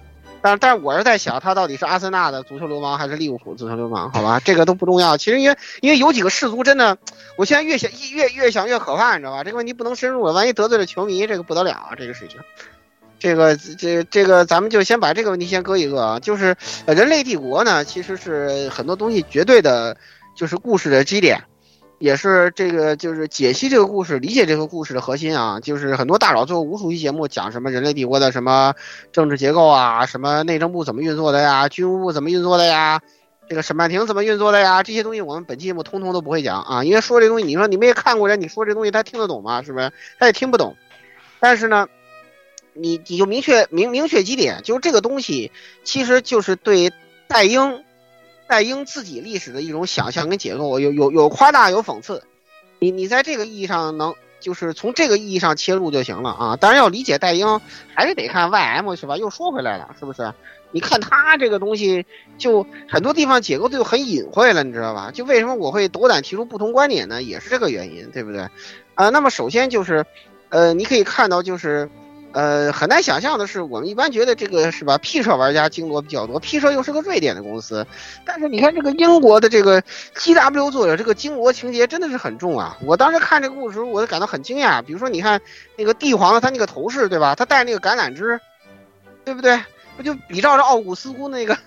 但是我是在想，他到底是阿森纳的足球流氓还是利物浦足球流氓？好吧，这个都不重要。其实因为有几个氏族真的，我现在越想越可怕，你知道吧？这个问题不能深入了，万一得罪了球迷，这个不得了，这个事情。这个，咱们就先把这个问题先搁一个啊。就是人类帝国呢，其实是很多东西绝对的，就是故事的基点。也是这个就是解析这个故事、理解这个故事的核心啊，就是很多大佬做无数期节目讲什么人类帝国的什么政治结构啊，什么内政部怎么运作的呀，军务部怎么运作的呀，这个审判庭怎么运作的呀，这些东西我们本期节目通通都不会讲啊，因为说这东西，你说你没看过人，你说这东西他听得懂吗？是不是？他也听不懂。但是呢，你就明确几点，就是这个东西其实就是对戴英自己历史的一种想象跟结构，有夸大有讽刺，你在这个意义上就是从这个意义上切入就行了啊。当然要理解戴英，还是得看 YM 是吧？又说回来了，是不是？你看他这个东西，就很多地方结构就很隐晦了，你知道吧？就为什么我会斗胆提出不同观点呢？也是这个原因，对不对？那么首先就是，你可以看到就是。很难想象的是，我们一般觉得这个是吧 ，P 社玩家金罗比较多 ，P 社又是个瑞典的公司，但是你看这个英国的这个 GW 作者这个金罗情节真的是很重啊！我当时看这个故事时候，我就感到很惊讶。比如说，你看那个帝皇的他那个头饰，对吧？他戴那个橄榄枝，对不对？不就比照着奥古斯都那个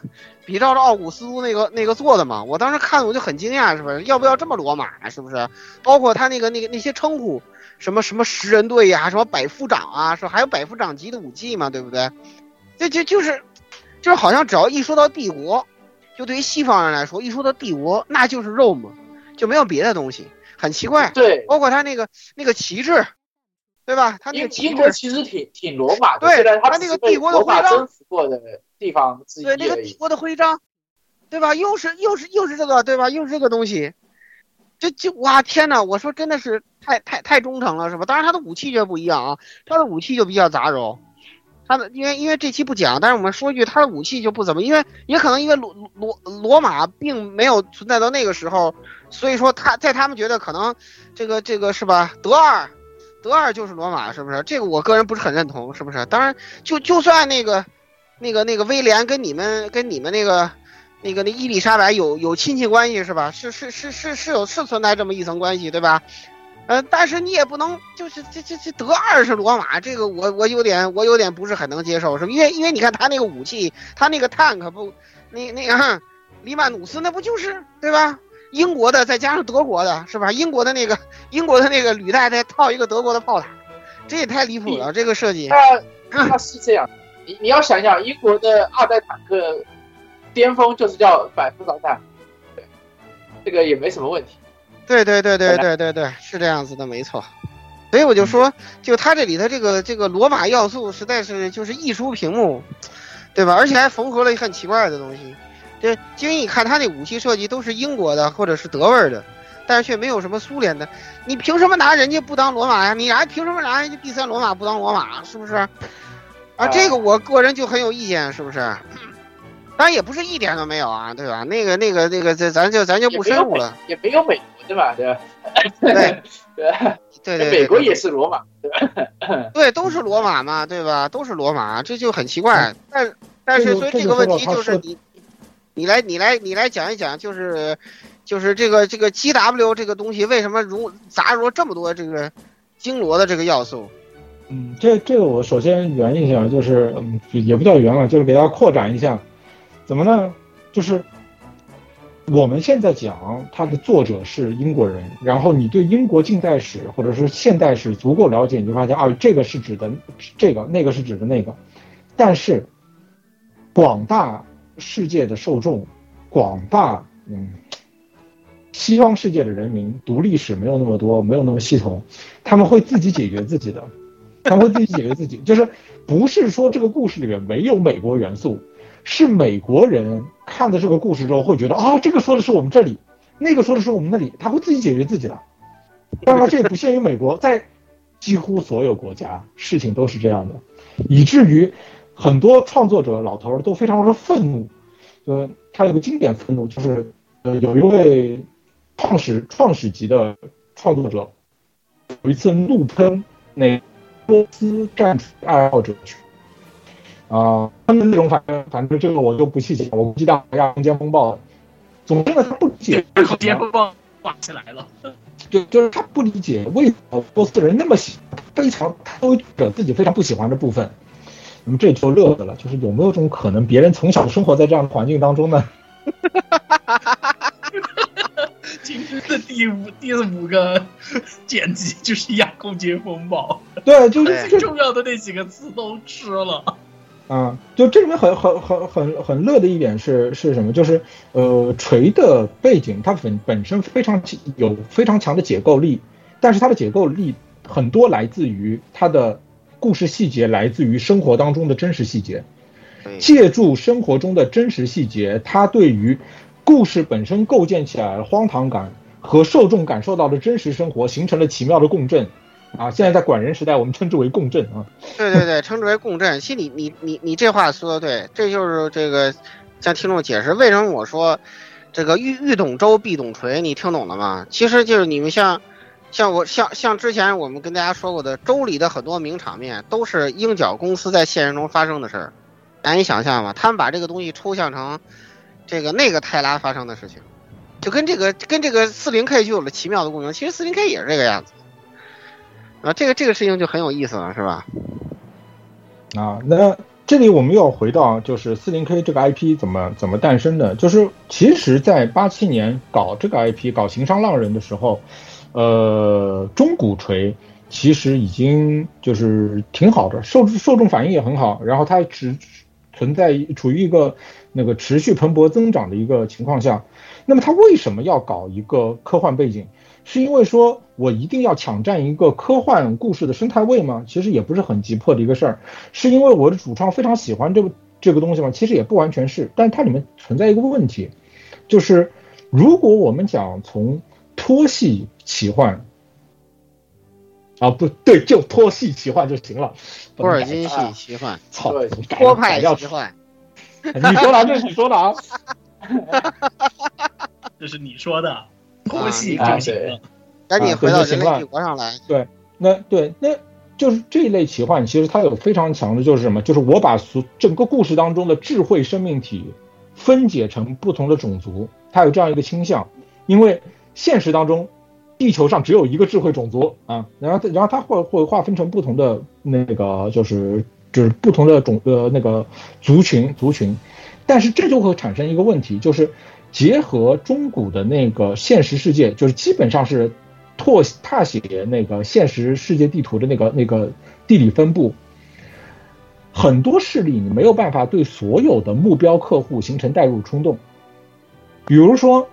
做的嘛？我当时看我就很惊讶，是不是？要不要这么罗马？是不是？包括他那些称呼。什么食人队呀，什么百夫长啊，说还有百夫长级的武器嘛，对不对？就是好像只要一说到帝国，就对于西方人来说，一说到帝国，那就是 Rome， 就没有别的东西，很奇怪。 对， 包括他那个旗帜，对吧？他那个英国其实挺罗马的， 对，他那个帝国的徽章征服过的地方之一。 对，那个帝国的徽章，对吧？又是这个，对吧？又是这个东西。哇天哪！我说真的是太忠诚了，是吧？当然他的武器就不一样啊，他的武器就比较杂糅。因为这期不讲，但是我们说一句，他的武器就不怎么，因为也可能因为罗马并没有存在到那个时候，所以说他们觉得可能这个是吧？德二就是罗马，是不是？这个我个人不是很认同，是不是？当然就算那个威廉跟你们那伊丽莎白有亲戚关系是吧？是存在这么一层关系，对吧？但是你也不能就是这德二是罗马，这个我有点不是很能接受，是吧？因为你看他那个武器，他那个 tank 不那个黎曼努斯那不就是对吧？英国的再加上德国的是吧？英国的那个履带再套一个德国的炮塔，这也太离谱了，这个设计。 它是这样，你要想想英国的2代坦克。巅峰就是叫百夫长坦，对，这个也没什么问题。对， 是这样子的，没错。所以我就说，就他这里的这个罗马要素实在是就是溢出屏幕，对吧？而且还缝合了很奇怪的东西。因为你看他那武器设计都是英国的或者是德味的，但是却没有什么苏联的。你凭什么拿人家不当罗马呀？你还凭什么拿人家第3罗马不当罗马？是不是？啊，这个我个人就很有意见，是不是？当然也不是一点都没有啊，对吧？那个，咱就不深入了。 也没有美国对吧？ 对， 美国也是罗马，对吧？ 对，都是罗马嘛，对吧？都是罗马，这就很奇怪。但是所以这个问题就是你来讲一讲，就是这个 GW 这个东西为什么杂入这么多这个经罗的这个要素？ 这个我首先圆一下，就是也不叫圆了，就是给大家扩展一下。怎么呢？就是我们现在讲它的作者是英国人，然后你对英国近代史或者是现代史足够了解，你就发现这个是指的这个，那个是指的那个。但是广大世界的受众，广大西方世界的人民读历史没有那么多，没有那么系统，他们会自己解决自己的，就是不是说这个故事里面没有美国元素。是美国人看的这个故事之后会觉得这个说的是我们这里，那个说的是我们那里，他会自己解决自己的。当然这也不限于美国，在几乎所有国家事情都是这样的，以至于很多创作者老头都非常的愤怒。他有个经典愤怒，就是有一位创始级的创作者有一次怒喷那波斯战锤爱好者， 内容反正这个我就不细讲，我估计大家亚空间风暴。总之呢，他不理解空间风暴挂起来了， 就是他不理解为什么波斯人那么他都有自己非常不喜欢的部分。那么这就乐的了，就是有没有这种可能，别人从小生活在这样的环境当中呢？ 今天的第五个剪辑就是亚空间风暴， 对，就是最重要的那几个词都吃了。 就这里面很乐的一点是什么？就是锤的背景它本身有非常强的解构力，但是它的解构力很多来自于它的故事细节，来自于生活当中的真实细节，借助生活中的真实细节，它对于故事本身构建起来的荒唐感和受众感受到的真实生活形成了奇妙的共振。现在在管人时代，我们称之为共振啊。 对，称之为共振。其实你这话说的对，这就是这个向听众解释为什么我说这个欲懂周必懂锤，你听懂了吗？其实就是你们像之前我们跟大家说过的，周里的很多名场面都是鹰角公司在现实中发生的事儿，难以想象吗？他们把这个东西抽象成那个泰拉发生的事情，就跟这个40K 就有了奇妙的共鸣。其实40K也是这个样子。这个事情就很有意思了，是吧？ 那这里我们又回到就是40K 这个 IP 怎么诞生的？就是其实，在87年搞这个 IP 搞行商浪人的时候，中古锤其实已经就是挺好的，受众反应也很好，然后它只处于一个持续蓬勃增长的一个情况下。那么它为什么要搞一个科幻背景？是因为说我一定要抢占一个科幻故事的生态位吗？其实也不是很急迫的一个事儿，是因为我的主创非常喜欢这个东西吗？其实也不完全是，但它里面存在一个问题，就是如果我们讲从拖系奇幻不对，就拖系奇幻就行了， 托尔金系奇幻， 操， 托派奇幻， 你说的，这是你说的啊， 这是你说的。拖系就行了， 赶紧回到人类帝国上来。 对，那就是这一类奇幻，其实它有非常强的就是什么？就是我把整个故事当中的智慧生命体分解成不同的种族，它有这样一个倾向。因为现实当中，地球上只有一个智慧种族啊，然后它会划分成不同的就是不同的族群，但是这就会产生一个问题，就是结合中古的现实世界，就是基本上是踏写现实世界地图的那个地理分布，很多势力你没有办法对所有的目标客户形成代入冲动。比如说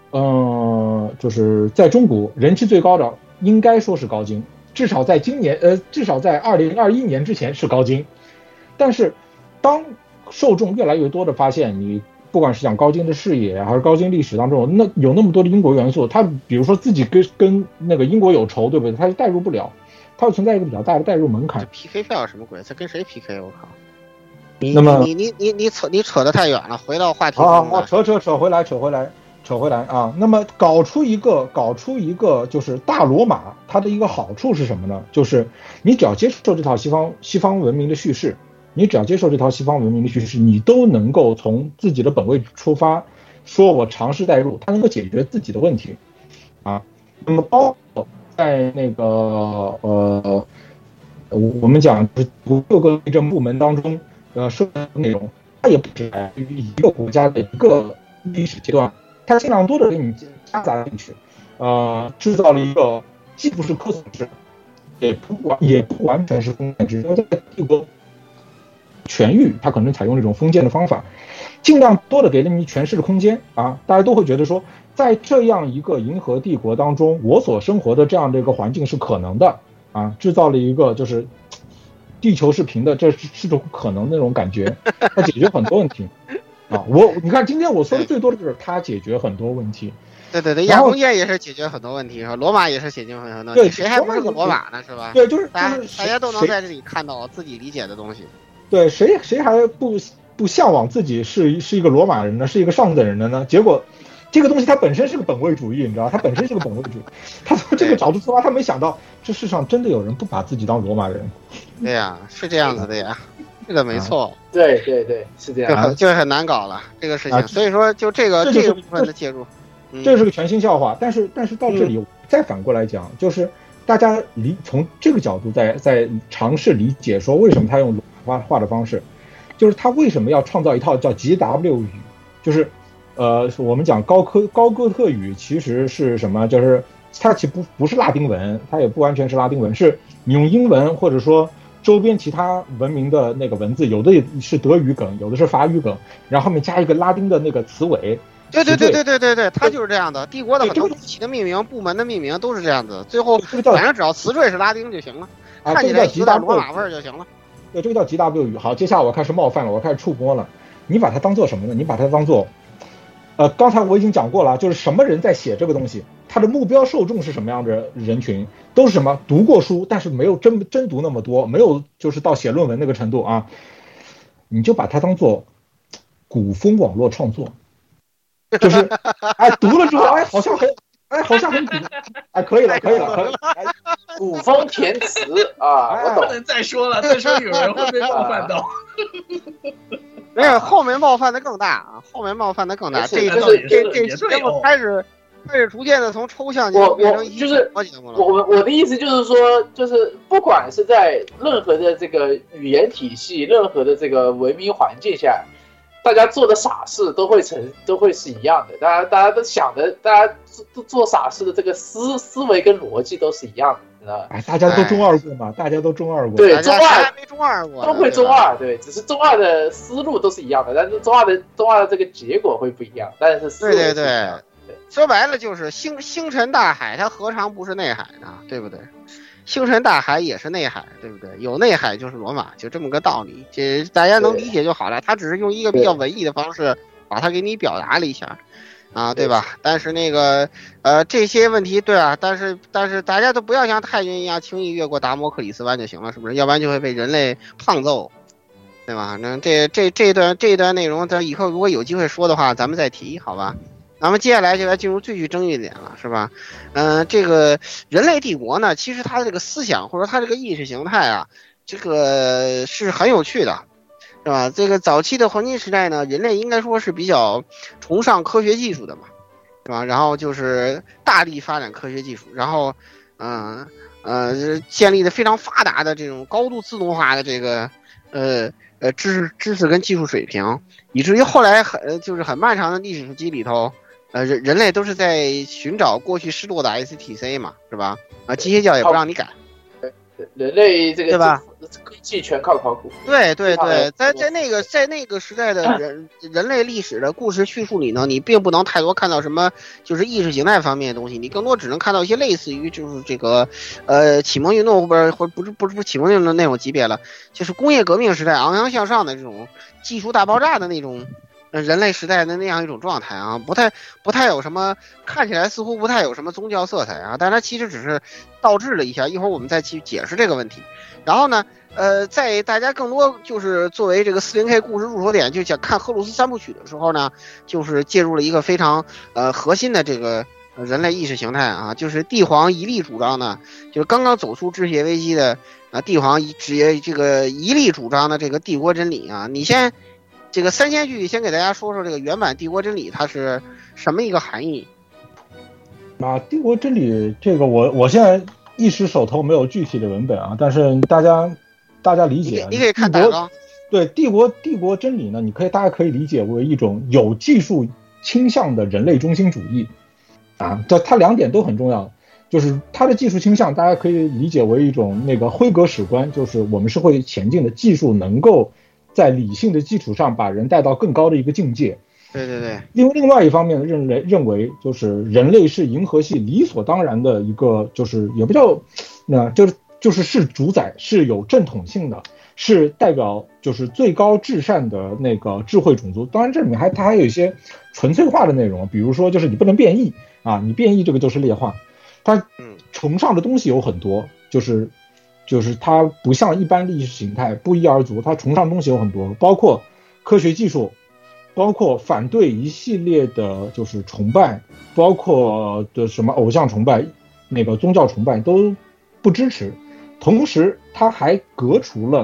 就是在中古人气最高的应该说是高精，至少在2021年之前是高精，但是当受众越来越多的发现，你不管是讲高精的视野还是高精历史当中有那么多的英国元素，他比如说自己跟英国有仇，对不对？他就代入不了，他会存在一个比较大的代入门槛。 PK 票什么鬼？他跟谁 PK？ 我靠！你扯得太远了，回到话题。扯回来啊！那么搞出一个就是大罗马，它的一个好处是什么呢？就是你只要接受这套西方文明的叙事。你只要接受这套西方文明的叙事，你都能够从自己的本位出发，说我尝试代入，它能够解决自己的问题啊。那么包括在我们讲各个内政部门当中说的内容，它也不只来于一个国家的一个历史阶段，它尽量多的给你夹杂进去，制造了一个既不是科索制，也不完全是封建制，因为在帝国权域，它可能采用这种封建的方法，尽量多的给了你诠释的空间啊！大家都会觉得说，在这样一个银河帝国当中，我所生活的这样的一个环境是可能的啊，制造了一个就是地球是平的，这是种可能的那种感觉，它解决很多问题啊！你看今天我说的最多的就是它解决很多问题。 对，亚空间也是解决很多问题，罗马也是解决很多问题，谁还不是个罗马呢？是吧？ 对，就是大家都能在这里看到自己理解的东西。 对，谁还不向往自己是一个罗马人呢？是一个上等人的呢？结果这个东西它本身是个本位主义，你知道，它本身是个本位主义。他从这个角度出发，他没想到这世上真的有人不把自己当罗马人。 对呀，是这样子的呀。 是的，没错。 对对对，是这样， 就很难搞了这个事情。所以说，就这个部分的介入， 这是个全新笑话。但是到这里，再反过来讲，就是大家从这个角度在尝试理解说，为什么他用裸化的方式，就是他为什么要创造一套叫 GW 语，就是我们讲高哥特语其实是什么？就是它其实不是拉丁文，它也不完全是拉丁文，是你用英文或者说周边其他文明的那个文字，有的是德语梗，有的是法语梗，然后后面加一个拉丁的那个词尾。 对，它就是这样的。帝国的很多武器的命名、部门的命名都是这样子，最后反正只要词缀是拉丁就行了，看起来有点罗马味儿就行了。 对，这个叫 GW 语。好，接下来我开始冒犯了，我开始触摸了。你把它当做什么呢？你把它当做，刚才我已经讲过了，就是什么人在写这个东西，他的目标受众是什么样的人群，都是什么读过书，但是没有真读那么多，没有就是到写论文那个程度啊。你就把它当做古风网络创作，就是读了之后好像很古，可以了， 古风填词啊，我不能再说了，再说有人会被冒犯到。 没有，后面冒犯的更大啊！这节目开始逐渐的从抽象节目变成就是我的意思就是说，就是不管是在任何的这个语言体系、任何的这个文明环境下，大家做的傻事都会是一样的。大家都想的，大家都做傻事的这个思维跟逻辑都是一样的。 大家都中二过嘛？大家都中二过。 对，中二没中二过， 都会中二，对，只是中二的思路都是一样的，但是中二的这个结果会不一样。但是思维对，说白了就是星辰大海，它何尝不是内海呢？对不对？星辰大海也是内海，对不对？有内海就是罗马，就这么个道理，这大家能理解就好了。他只是用一个比较文艺的方式把它给你表达了一下。对吧？但是那个这些问题，对啊，但是大家都不要像太君一样轻易越过达摩克里斯湾就行了，是不是？要不然就会被人类胖揍，对吧？那这一段内容，咱以后如果有机会说的话，咱们再提，好吧？那么接下来就来进入最具争议点了，是吧？这个人类帝国呢，其实它这个思想或者它这个意识形态啊，这个是很有趣的。是吧？这个早期的黄金时代呢，人类应该说是比较崇尚科学技术的嘛，是吧？然后就是大力发展科学技术，然后建立的非常发达的这种高度自动化的这个知识跟技术水平，以至于后来很漫长的历史时期里头，人类都是在寻找过去失落的 STC 嘛，是吧？机械教也不让你改。 人类这个对吧？ 科技全靠考古。 对，在那个时代的人类历史的故事叙述里呢，你并不能太多看到什么就是意识形态方面的东西，你更多只能看到一些类似于就是这个启蒙运动或不是启蒙运动那种级别了，就是工业革命时代昂扬向上的这种技术大爆炸的那种。人类时代的那样一种状态啊，不太有什么，看起来似乎不太有什么宗教色彩啊，但它其实只是倒置了一下，一会儿我们再去解释这个问题。然后呢，在大家更多就是作为这个40K 故事入手点，就讲看荷鲁斯三部曲的时候呢，就是介入了一个非常核心的这个人类意识形态啊，就是帝皇一力主张呢，就是刚刚走出制血危机的帝皇这个一力主张的这个帝国真理啊，你先。这个三千句先给大家说说这个原版帝国真理它是什么一个含义帝国真理这个我现在一时手头没有具体的文本啊，但是大家理解， 你可以看大纲。 对，帝国真理呢，大家可以理解为一种有技术倾向的人类中心主义啊，它两点都很重要，就是它的技术倾向大家可以理解为一种那个辉格史观，就是我们是会前进的，技术能够在理性的基础上把人带到更高的一个境界。 对。 另外一方面认为就是人类是银河系理所当然的一个，就是也不叫就是主宰，是有正统性的，是代表就是最高至善的那个智慧种族。当然这里面它还有一些纯粹化的内容，比如说就是你不能变异啊，你变异这个就是劣化。它崇尚的东西有很多，就是它不像一般意识形态不一而足，它崇尚的东西有很多，包括科学技术，包括反对一系列的就是崇拜，包括的什么偶像崇拜、那个宗教崇拜都不支持。同时，它还革除了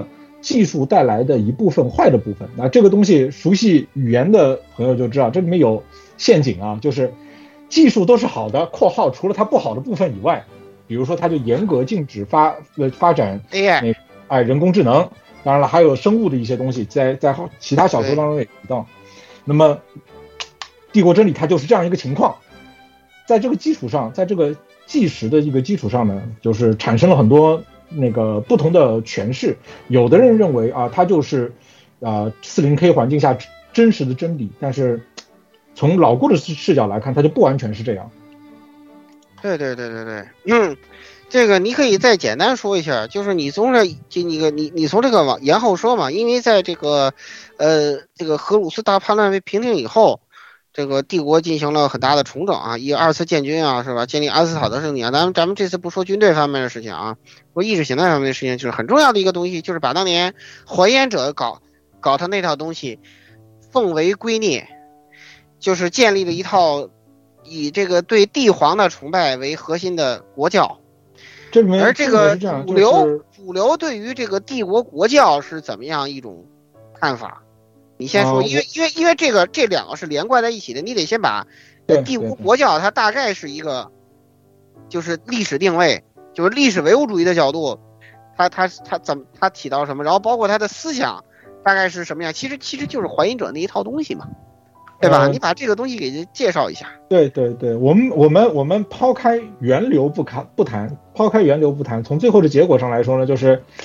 技术带来的一部分坏的部分。那这个东西熟悉语言的朋友就知道，这里面有陷阱啊，就是技术都是好的（括号除了它不好的部分以外），比如说它就严格禁止发展 AI， 人工智能，当然了，还有生物的一些东西，在其他小说当中也提到。那么，帝国真理它就是这样一个情况，在这个基础上，在这个纪实的一个基础上呢，就是产生了很多那个不同的诠释。有的人认为啊，它就是40K 环境下真实的真理，但是从老顾的视角来看，它就不完全是这样。 对，这个你可以再简单说一下，就是你从这你从这个往延后说嘛，因为在这个这个荷鲁斯大叛乱被平定以后，这个帝国进行了很大的重整啊，二次建军啊，是吧？建立阿斯塔德胜利啊，咱们这次不说军队方面的事情啊，说意识形态方面的事情，就是很重要的一个东西，就是把当年还原者搞他那套东西奉为圭臬，就是建立了一套以这个对帝皇的崇拜为核心的国教。而这个主流对于这个帝国国教是怎么样一种看法？你先说，因为这两个是连贯在一起的，你得先把帝国国教它大概是一个就是历史定位，就是历史唯物主义的角度，它起到什么，然后包括它的思想大概是什么样，其实就是还原者那一套东西嘛。对吧？你把这个东西给介绍一下。 对，我们抛开源流不谈，从最后的结果上来说呢，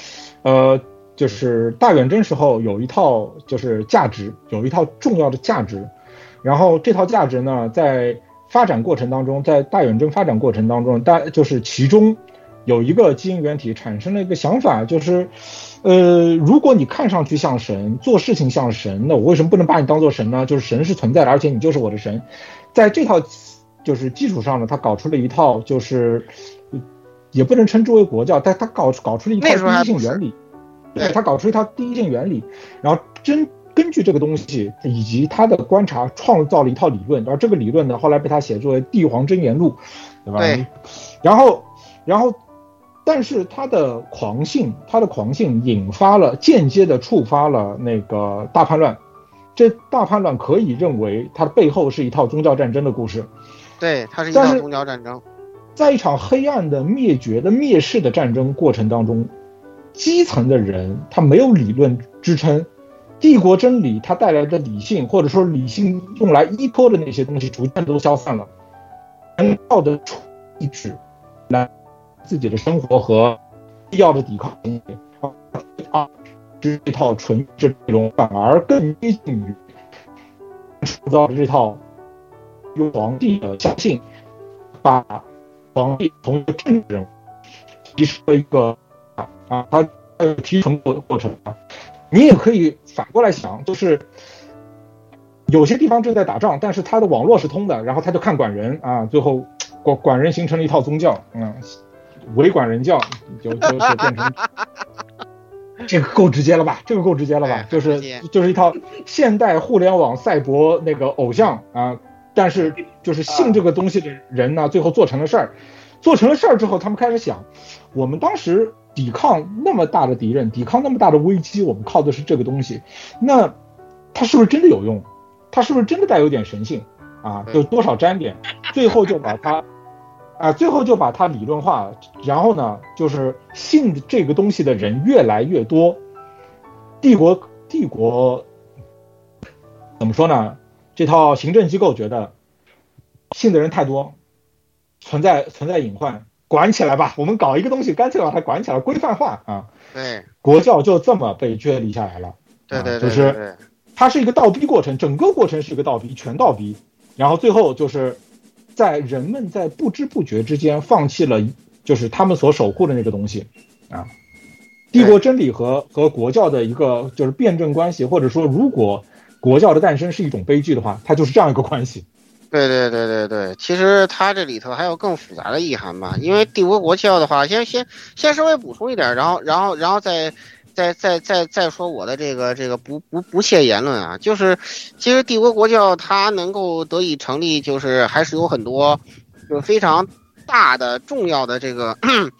就是大远征时候有一套就是价值，有一套重要的价值，然后这套价值呢，在发展过程当中，在大远征发展过程当中，就是其中有一个基因原体产生了一个想法，就是如果你看上去像神，做事情像神，那我为什么不能把你当做神呢？就是神是存在的，而且你就是我的神。在这套就是基础上呢，他搞出了一套就是也不能称之为国教，但他搞出了一套第一性原理。对，他搞出一套第一性原理，然后根据这个东西以及他的观察，创造了一套理论，然后这个理论呢，后来被他写作为《帝皇箴言录》，对吧？ 对。 然后。但是他的狂性间接的触发了那个大叛乱，这大叛乱可以认为它的背后是一套宗教战争的故事。 对，它是一套宗教战争。 在一场黑暗的灭绝的灭世的战争过程当中，基层的人他没有理论支撑，帝国真理它带来的理性，或者说理性用来依托的那些东西逐渐都消散了，人靠的意志来自己的生活和必要的抵抗行为这套纯这种反而更接近于创造这套用皇帝的相信，把皇帝从一个政治人物提出了一个他提成过程你也可以反过来想，就是有些地方正在打仗，但是他的网络是通的，然后他就看管人最后管人形成了一套宗教伪管人教就是变成这个够直接了吧？就是一套现代互联网赛博那个偶像但是就是信这个东西的人呢，最后做成了事儿之后，他们开始想，我们当时抵抗那么大的敌人，抵抗那么大的危机，我们靠的是这个东西，那它是不是真的有用？它是不是真的带有点神性有多少沾点？最后就把它理论化，然后呢，就是信这个东西的人越来越多，帝国怎么说呢？这套行政机构觉得信的人太多，存在隐患，管起来吧，我们搞一个东西，干脆把它管起来，规范化对， 国教就这么被确立下来了。 对， 就是它是一个倒逼过程，整个过程是一个倒逼，全倒逼，然后最后就是在人们在不知不觉之间放弃了就是他们所守护的那个东西帝国真理和国教的一个就是辩证关系，或者说如果国教的诞生是一种悲剧的话，它就是这样一个关系。 对，其实它这里头还有更复杂的意涵吧，因为帝国国教的话，先稍微补充一点，然后再说我的这个不屑言论就是其实帝国国教它能够得以成立，就是还是有很多就是非常大的重要的这个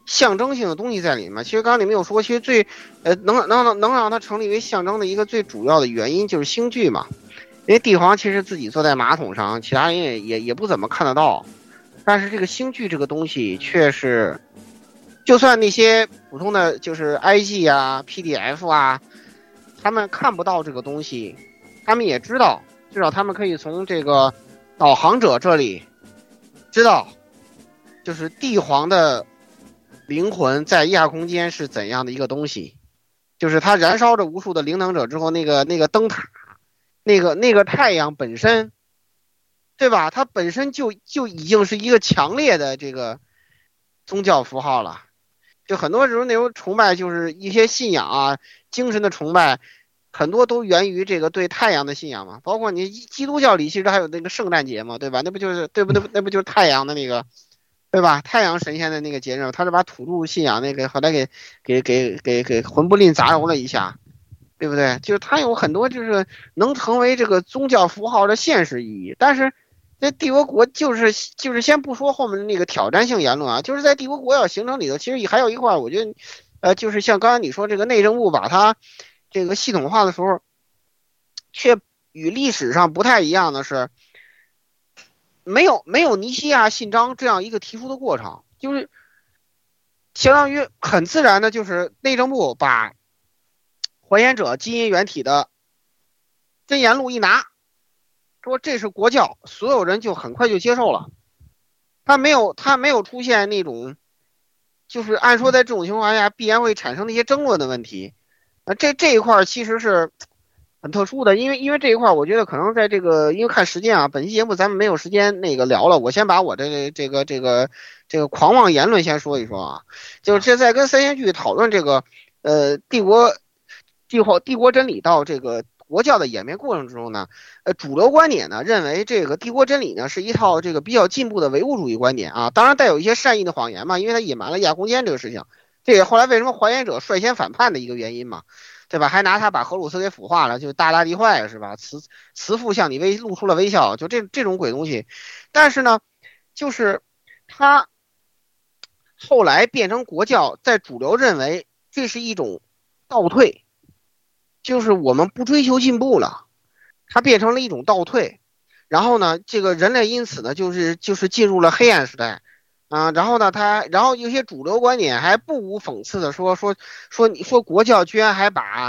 象征性的东西在里面。其实刚刚你们有说，其实最能让它成立为象征的一个最主要的原因就是星剧嘛。因为帝皇其实自己坐在马桶上，其他人也不怎么看得到，但是这个星剧这个东西却是，就算那些普通的就是 IG 啊 PDF 啊，他们看不到这个东西，他们也知道，至少他们可以从这个导航者这里知道，就是帝皇的灵魂在亚空间是怎样的一个东西，就是它燃烧着无数的灵能者之后，那个灯塔，那个太阳本身，对吧？它本身就已经是一个强烈的这个宗教符号了。就很多时候那种崇拜，就是一些信仰啊，精神的崇拜，很多都源于这个对太阳的信仰嘛。包括你基督教里其实还有那个圣诞节嘛，对吧？那不就是对不对？那不就是太阳的那个，对吧？太阳神仙的那个节日，他是把土著信仰那个后来给魂不吝杂糅了一下。对不对？就是它有很多就是能成为这个宗教符号的现实意义，但是在帝国国就是先不说后面的那个挑战性言论啊，就是在帝国国要形成里头，其实还有一块，我觉得就是像刚才你说这个内政部把它这个系统化的时候，却与历史上不太一样的是，没有尼西亚信章这样一个提出的过程，就是相当于很自然的，就是内政部把还原者基因原体的真言录一拿，说这是国教，所有人就很快就接受了。他没有出现那种，就是按说在这种情况下必然会产生的一些争论的问题。这一块其实是很特殊的，因为这一块我觉得可能在这个，因为看时间啊，本期节目咱们没有时间那个聊了，我先把我这个狂妄言论先说一说啊，就是这在跟三仙剧讨论这个帝国真理到这个国教的演变过程之中呢，主流观点呢认为这个帝国真理呢是一套这个比较进步的唯物主义观点啊，当然带有一些善意的谎言嘛，因为它隐瞒了亚空间这个事情，这也后来为什么还原者率先反叛的一个原因嘛，对吧？还拿他把荷鲁斯给腐化了，就大地坏是吧？慈父向你露出了微笑，就这种鬼东西。但是呢，就是他后来变成国教，在主流认为这是一种倒退。就是我们不追求进步了，它变成了一种倒退，然后呢，这个人类因此呢，就是进入了黑暗时代，啊，然后呢，然后有些主流观点还不无讽刺的说你说国教居然还把，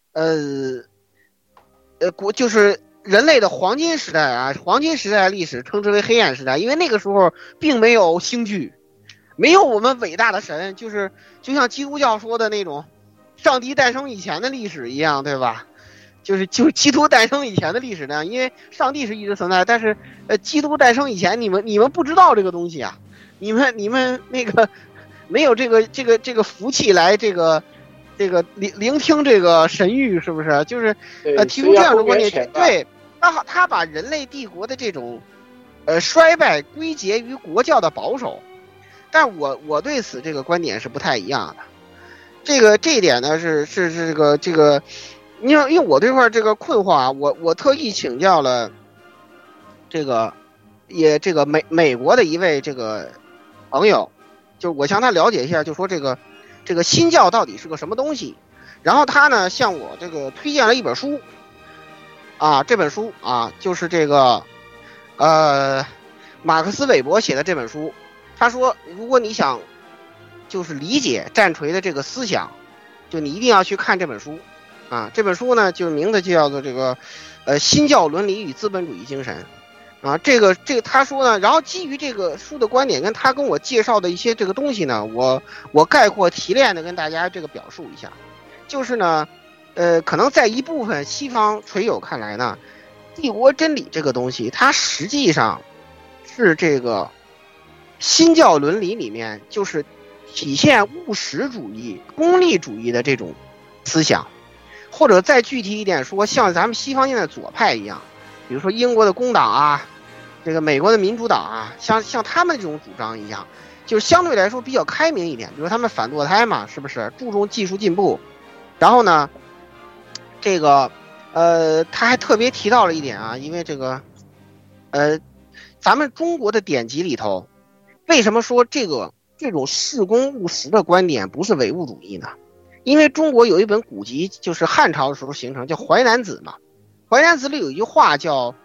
就是人类的黄金时代啊，黄金时代的历史称之为黑暗时代，因为那个时候并没有星剧，没有我们伟大的神，就像基督教说的那种。上帝诞生以前的历史一样，对吧？就是基督诞生以前的历史那样，因为上帝是一直存在，但是基督诞生以前，你们不知道这个东西啊，你们那个没有这个福气来这个聆听这个神谕，是不是？就是提出这样的观点，对，他把人类帝国的这种衰败归结于国教的保守，但我对此这个观点是不太一样的。这一点呢是这个，因为我这块这个困惑啊，我特意请教了这个美国的一位这个朋友，就是我向他了解一下，就说这个新教到底是个什么东西，然后他呢向我这个推荐了一本书，啊，这本书啊就是这个马克思韦伯写的这本书，他说如果你想就是理解战锤的这个思想，就你一定要去看这本书啊！这本书呢，就名字就叫做这个新教伦理与资本主义精神啊。这个他说呢，然后基于这个书的观点跟他跟我介绍的一些这个东西呢，我概括提炼的跟大家这个表述一下，就是呢，可能在一部分西方锤友看来呢，帝国真理这个东西，它实际上是这个新教伦理里面就是体现务实主义、功利主义的这种思想，或者再具体一点说，像咱们西方现在左派一样，比如说英国的工党啊，这个美国的民主党啊，像他们这种主张一样，就是相对来说比较开明一点。比如他们反堕胎嘛，是不是注重技术进步？然后呢，这个他还特别提到了一点啊，因为这个咱们中国的典籍里头，为什么说这个这种事公务实的观点不是唯物主义呢？因为中国有一本古籍，就是汉朝的时候形成，叫《淮南子》嘛。《淮南子》里有一句话叫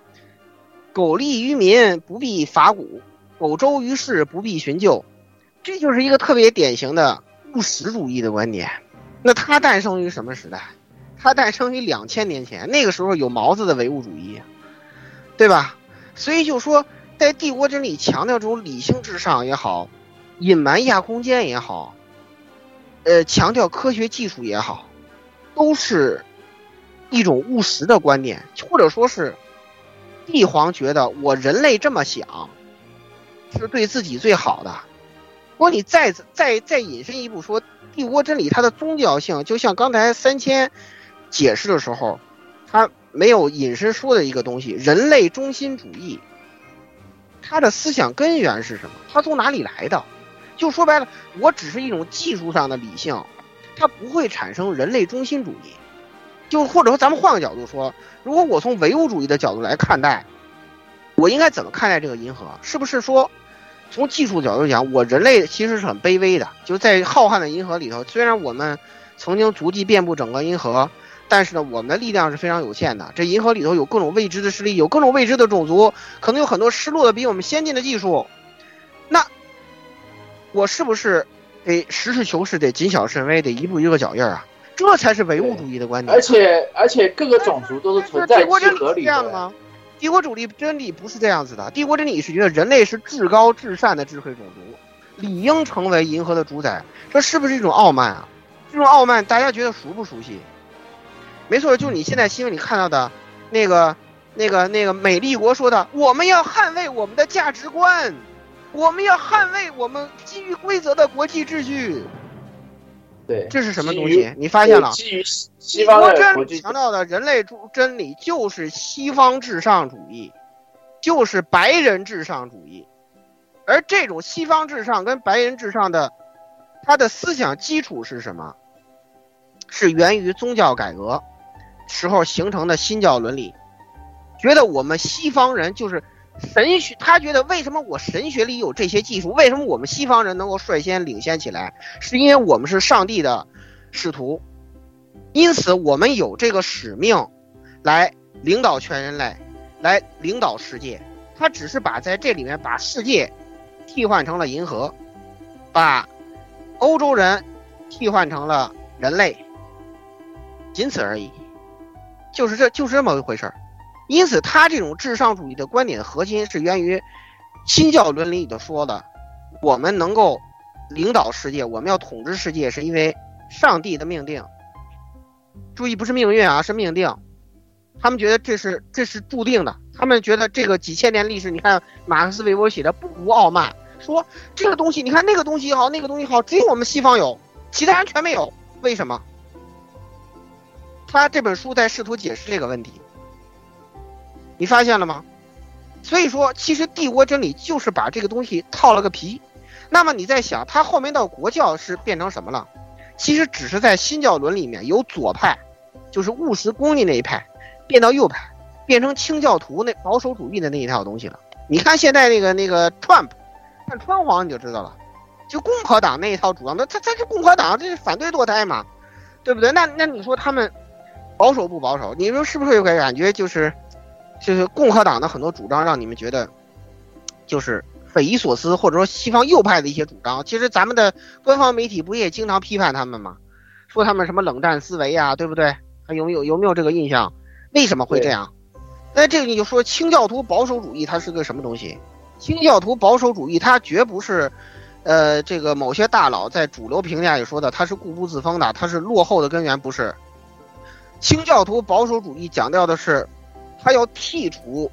“苟利于民，不必伐古；苟周于世，不必循旧”。这就是一个特别典型的务实主义的观点。那它诞生于什么时代？它诞生于2000年前，那个时候有毛子的唯物主义，对吧？所以就说，在帝国真理强调这种理性至上也好，隐瞒亚空间也好，强调科学技术也好，都是一种务实的观点，或者说是帝皇觉得我人类这么想是对自己最好的。如果你再引申一步说，帝国真理它的宗教性，就像刚才3000解释的时候，他没有引申说的一个东西，人类中心主义，它的思想根源是什么？它从哪里来的？就说白了，我只是一种技术上的理性，它不会产生人类中心主义。就或者说咱们换个角度说，如果我从唯物主义的角度来看待，我应该怎么看待这个银河？是不是说从技术角度讲，我人类其实是很卑微的，就在浩瀚的银河里头，虽然我们曾经足迹遍布整个银河，但是呢，我们的力量是非常有限的。这银河里头有各种未知的势力，有各种未知的种族，可能有很多失落的比我们先进的技术。那我是不是得实事求是，得谨小慎微，得一步一个脚印啊？这才是唯物主义的观点。 而且各个种族都是存在契合里的吗？ 帝国主义真理不是这样子的，帝国真理是觉得人类是至高至善的智慧种族，理应成为银河的主宰。这是不是一种傲慢啊？这种傲慢大家觉得熟不熟悉？没错，就是你现在新闻里看到的那个美丽国说的，我们要捍卫我们的价值观，我们要捍卫我们基于规则的国际秩序。 对， 这是什么东西？你发现了？ 基于西方的真理强调的人类真理就是西方至上主义，就是白人至上主义。而这种西方至上跟白人至上的，它的思想基础是什么？是源于宗教改革时候形成的新教伦理。觉得我们西方人就是神学，他觉得为什么我神学里有这些技术，为什么我们西方人能够率先领先起来，是因为我们是上帝的使徒，因此我们有这个使命来领导全人类，来领导世界。他只是把在这里面把世界替换成了银河，把欧洲人替换成了人类，仅此而已，就是这么一回事儿。因此他这种至上主义的观点的核心是源于新教伦理里头说的，我们能够领导世界，我们要统治世界，是因为上帝的命定。注意，不是命运啊，是命定。他们觉得这是注定的，他们觉得这个几千年历史，你看马克思韦伯写的不无傲慢，说这个东西你看那个东西好，那个东西好，只有我们西方有，其他人全没有。为什么？他这本书在试图解释这个问题，你发现了吗？所以说其实帝国真理就是把这个东西套了个皮。那么你在想他后面到国教是变成什么了？其实只是在新教伦里面由左派，就是务实公义那一派，变到右派，变成清教徒那保守主义的那一套东西了。你看现在那个 Trump， 看川皇你就知道了，就共和党那一套主张的，他是共和党，这是反对堕胎嘛，对不对？那你说他们保守不保守？你说是不是有感觉就是共和党的很多主张让你们觉得就是匪夷所思，或者说西方右派的一些主张，其实咱们的官方媒体不也经常批判他们吗？说他们什么冷战思维啊，对不对？还有没有这个印象？为什么会这样？那这个你就说清教徒保守主义它是个什么东西？清教徒保守主义它绝不是这个某些大佬在主流评价里说的它是固步自封的，它是落后的根源，不是。清教徒保守主义强调的是他要剔除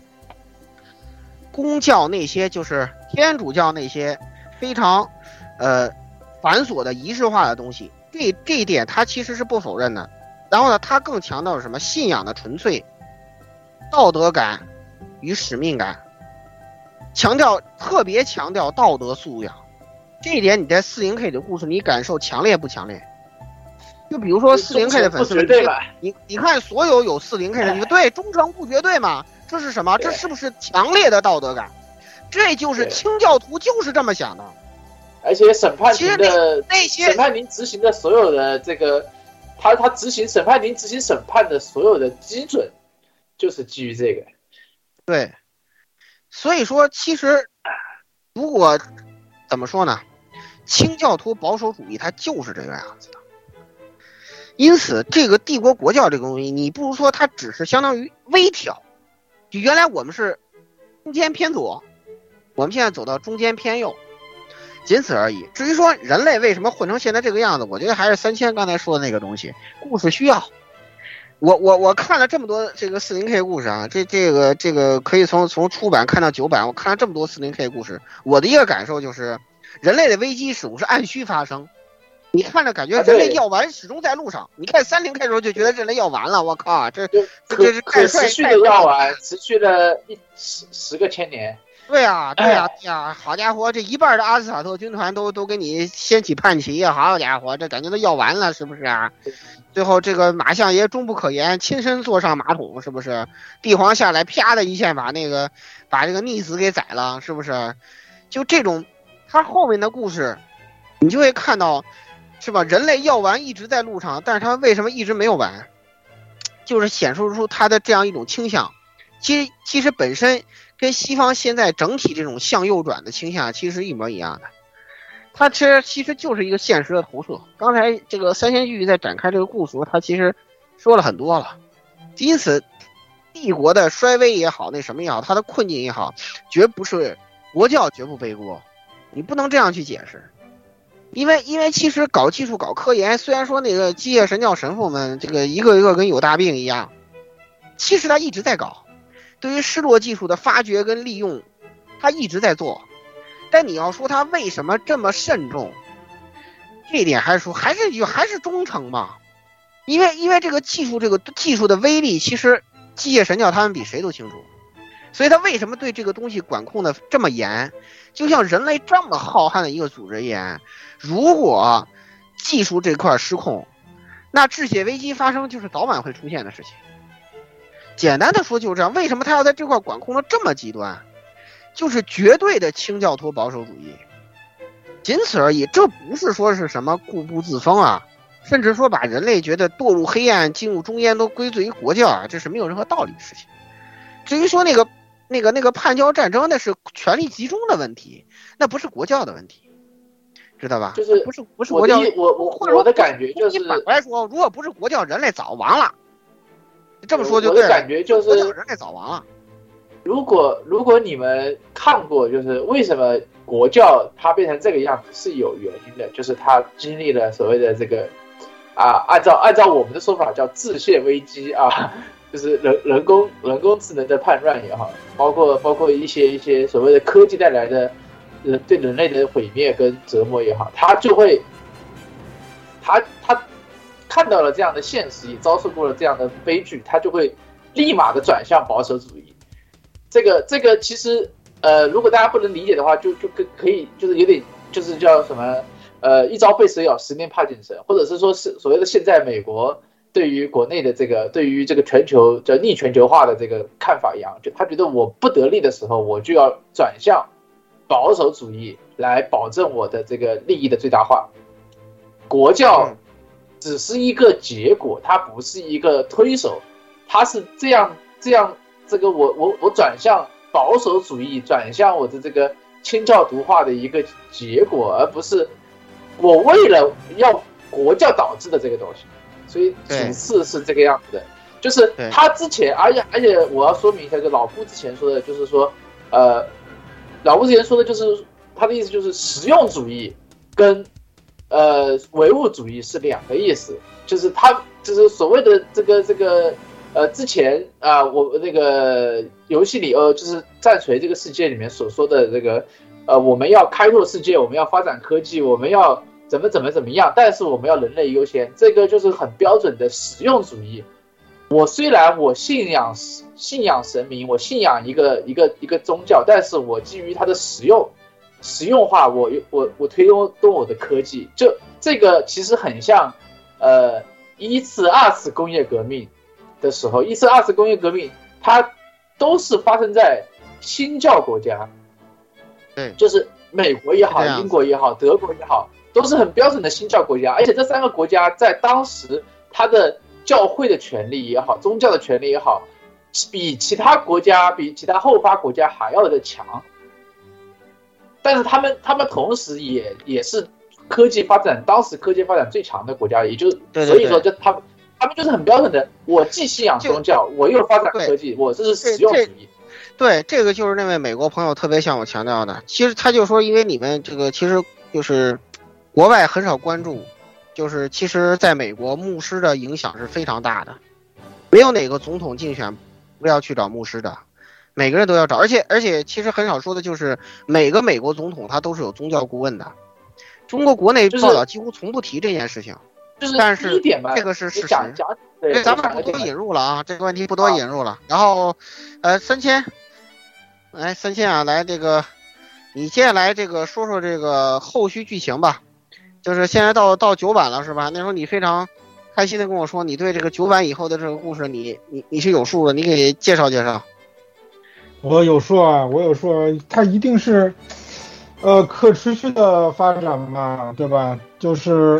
公教那些就是天主教那些非常繁琐的仪式化的东西，这一点他其实是不否认的。然后呢，他更强调什么？信仰的纯粹、道德感与使命感，特别强调道德素养。这一点你在 40K 的故事你感受强烈不强烈？就比如说 40K 的粉丝，你看所有 40K 的，你说对，忠诚不绝对嘛？这是什么？这是不是强烈的道德感？这就是清教徒就是这么想的。 而且审判庭的那些审判庭执行的所有的这个，他执行审判庭执行审判的所有的基准，就是基于这个。 对，所以说其实如果怎么说呢，清教徒保守主义它就是这个样子的。因此，这个帝国国教这个东西，你不如说它只是相当于微调。就原来我们是中间偏左，我们现在走到中间偏右。仅此而已。至于说人类为什么混成现在这个样子，我觉得还是3000刚才说的那个东西，故事需要。我看了这么多这个40K 故事啊，这个可以从出版看到9版，我看了这么多40K 故事，我的一个感受就是，人类的危机始终是按需发生。你看着感觉人类要完始终在路上，你看30K的时候就觉得人类要完了，我靠，这是可持续的要完，持续了10个千年。 对啊，好家伙，这一半的阿斯塔特军团都给你掀起叛旗啊！好家伙，这感觉都要完了，是不是啊？最后这个马相爷终不可言，亲身坐上马桶，是不是？帝皇下来，啪的一下把这个逆子给宰了，是不是？就这种，他后面的故事，你就会看到，是吧？人类要完一直在路上，但是他为什么一直没有完？就是显示出他的这样一种倾向。其实本身跟西方现在整体这种向右转的倾向其实一模一样的，它其实就是一个现实的投射。刚才这个三仙剧在展开这个故事，他其实说了很多了。因此，帝国的衰微也好，那什么也好，它的困境也好，绝不是国教绝不背锅，你不能这样去解释。因为其实搞技术搞科研，虽然说那个机械神教神父们这个一个一个跟有大病一样，其实他一直在搞。对于失落技术的发掘跟利用，他一直在做，但你要说他为什么这么慎重，这一点还是忠诚嘛？因为这个技术的威力，其实机械神教他们比谁都清楚，所以他为什么对这个东西管控的这么严？就像人类这么浩瀚的一个组织一样，如果技术这块失控，那制血危机发生就是早晚会出现的事情。简单的说就是这样，为什么他要在这块管控的这么极端？就是绝对的清教徒保守主义，仅此而已。这不是说是什么固步自封啊，甚至说把人类觉得堕入黑暗、进入中间都归罪于国教啊，这是没有任何道理的事情。至于说那个叛教战争，那是权力集中的问题，那不是国教的问题，知道吧？ 就是不是国教。 我的感觉就是， 反过来说，如果不是国教，人类早亡了。这么说就对了，我的感觉就是人类早亡了。 如果你们看过，就是为什么国教它变成这个样子是有原因的，就是它经历了所谓的这个按照我们的说法叫制宪危机啊，就是人工智能的叛乱也好，包括一些所谓的科技带来的对人类的毁灭跟折磨也好，他看到了这样的现实，也遭受过了这样的悲剧，他就会立马的转向保守主义。这个其实如果大家不能理解的话，就可以就是有点就是叫什么一朝被蛇咬，10年怕井绳，或者是说是所谓的现在美国对于国内的对于这个全球叫逆全球化的这个看法一样，就他觉得我不得力的时候，我就要转向保守主义来保证我的这个利益的最大化。国教只是一个结果，它不是一个推手，它是这样这个我转向保守主义，转向我的这个清教徒化的一个结果，而不是我为了要国教导致的这个东西。所以主次是这个样子的，就是他之前，而且我要说明一下，就老顾之前说的，就是说，老顾之前说的就是他的意思就是实用主义跟唯物主义是两个意思，就是他就是所谓的这个之前我那个游戏里就是战锤这个世界里面所说的这个我们要开拓世界，我们要发展科技，我们要怎么样，但是我们要人类优先，这个就是很标准的实用主义。我虽然我信仰神明，我信仰一个宗教，但是我基于它的实用化，我推动我的科技，这个其实很像一次二次工业革命的时候，一次二次工业革命它都是发生在新教国家，就是美国也好，英国也好，德国也好，都是很标准的新教国家，而且这3个国家在当时它的教会的权利也好，宗教的权利也好，比其他国家、比其他后发国家还要的强。但是他们同时也是当时科技发展最强的国家，也就所以说就他们就是很标准的，我既信仰宗教，我又发展科技，我这是实用主义。 对，这个就是那位美国朋友特别向我强调的。其实他就说，因为你们这个其实就是国外很少关注，就是其实在美国牧师的影响是非常大的，没有哪个总统竞选不要去找牧师的，每个人都要找，而且其实很少说的就是每个美国总统他都是有宗教顾问的，中国国内报道几乎从不提这件事事情，但是这个是事实。对，咱们不多引入了啊，这个问题不多引入了。然后，三千啊，来这个，你接下来这个说说这个后续剧情吧。就是现在到9版了是吧？那时候你非常开心的跟我说，你对这个9版以后的这个故事，你是有数的，你给介绍介绍。 我有数啊，它一定是。可持续的发展嘛，对吧？就是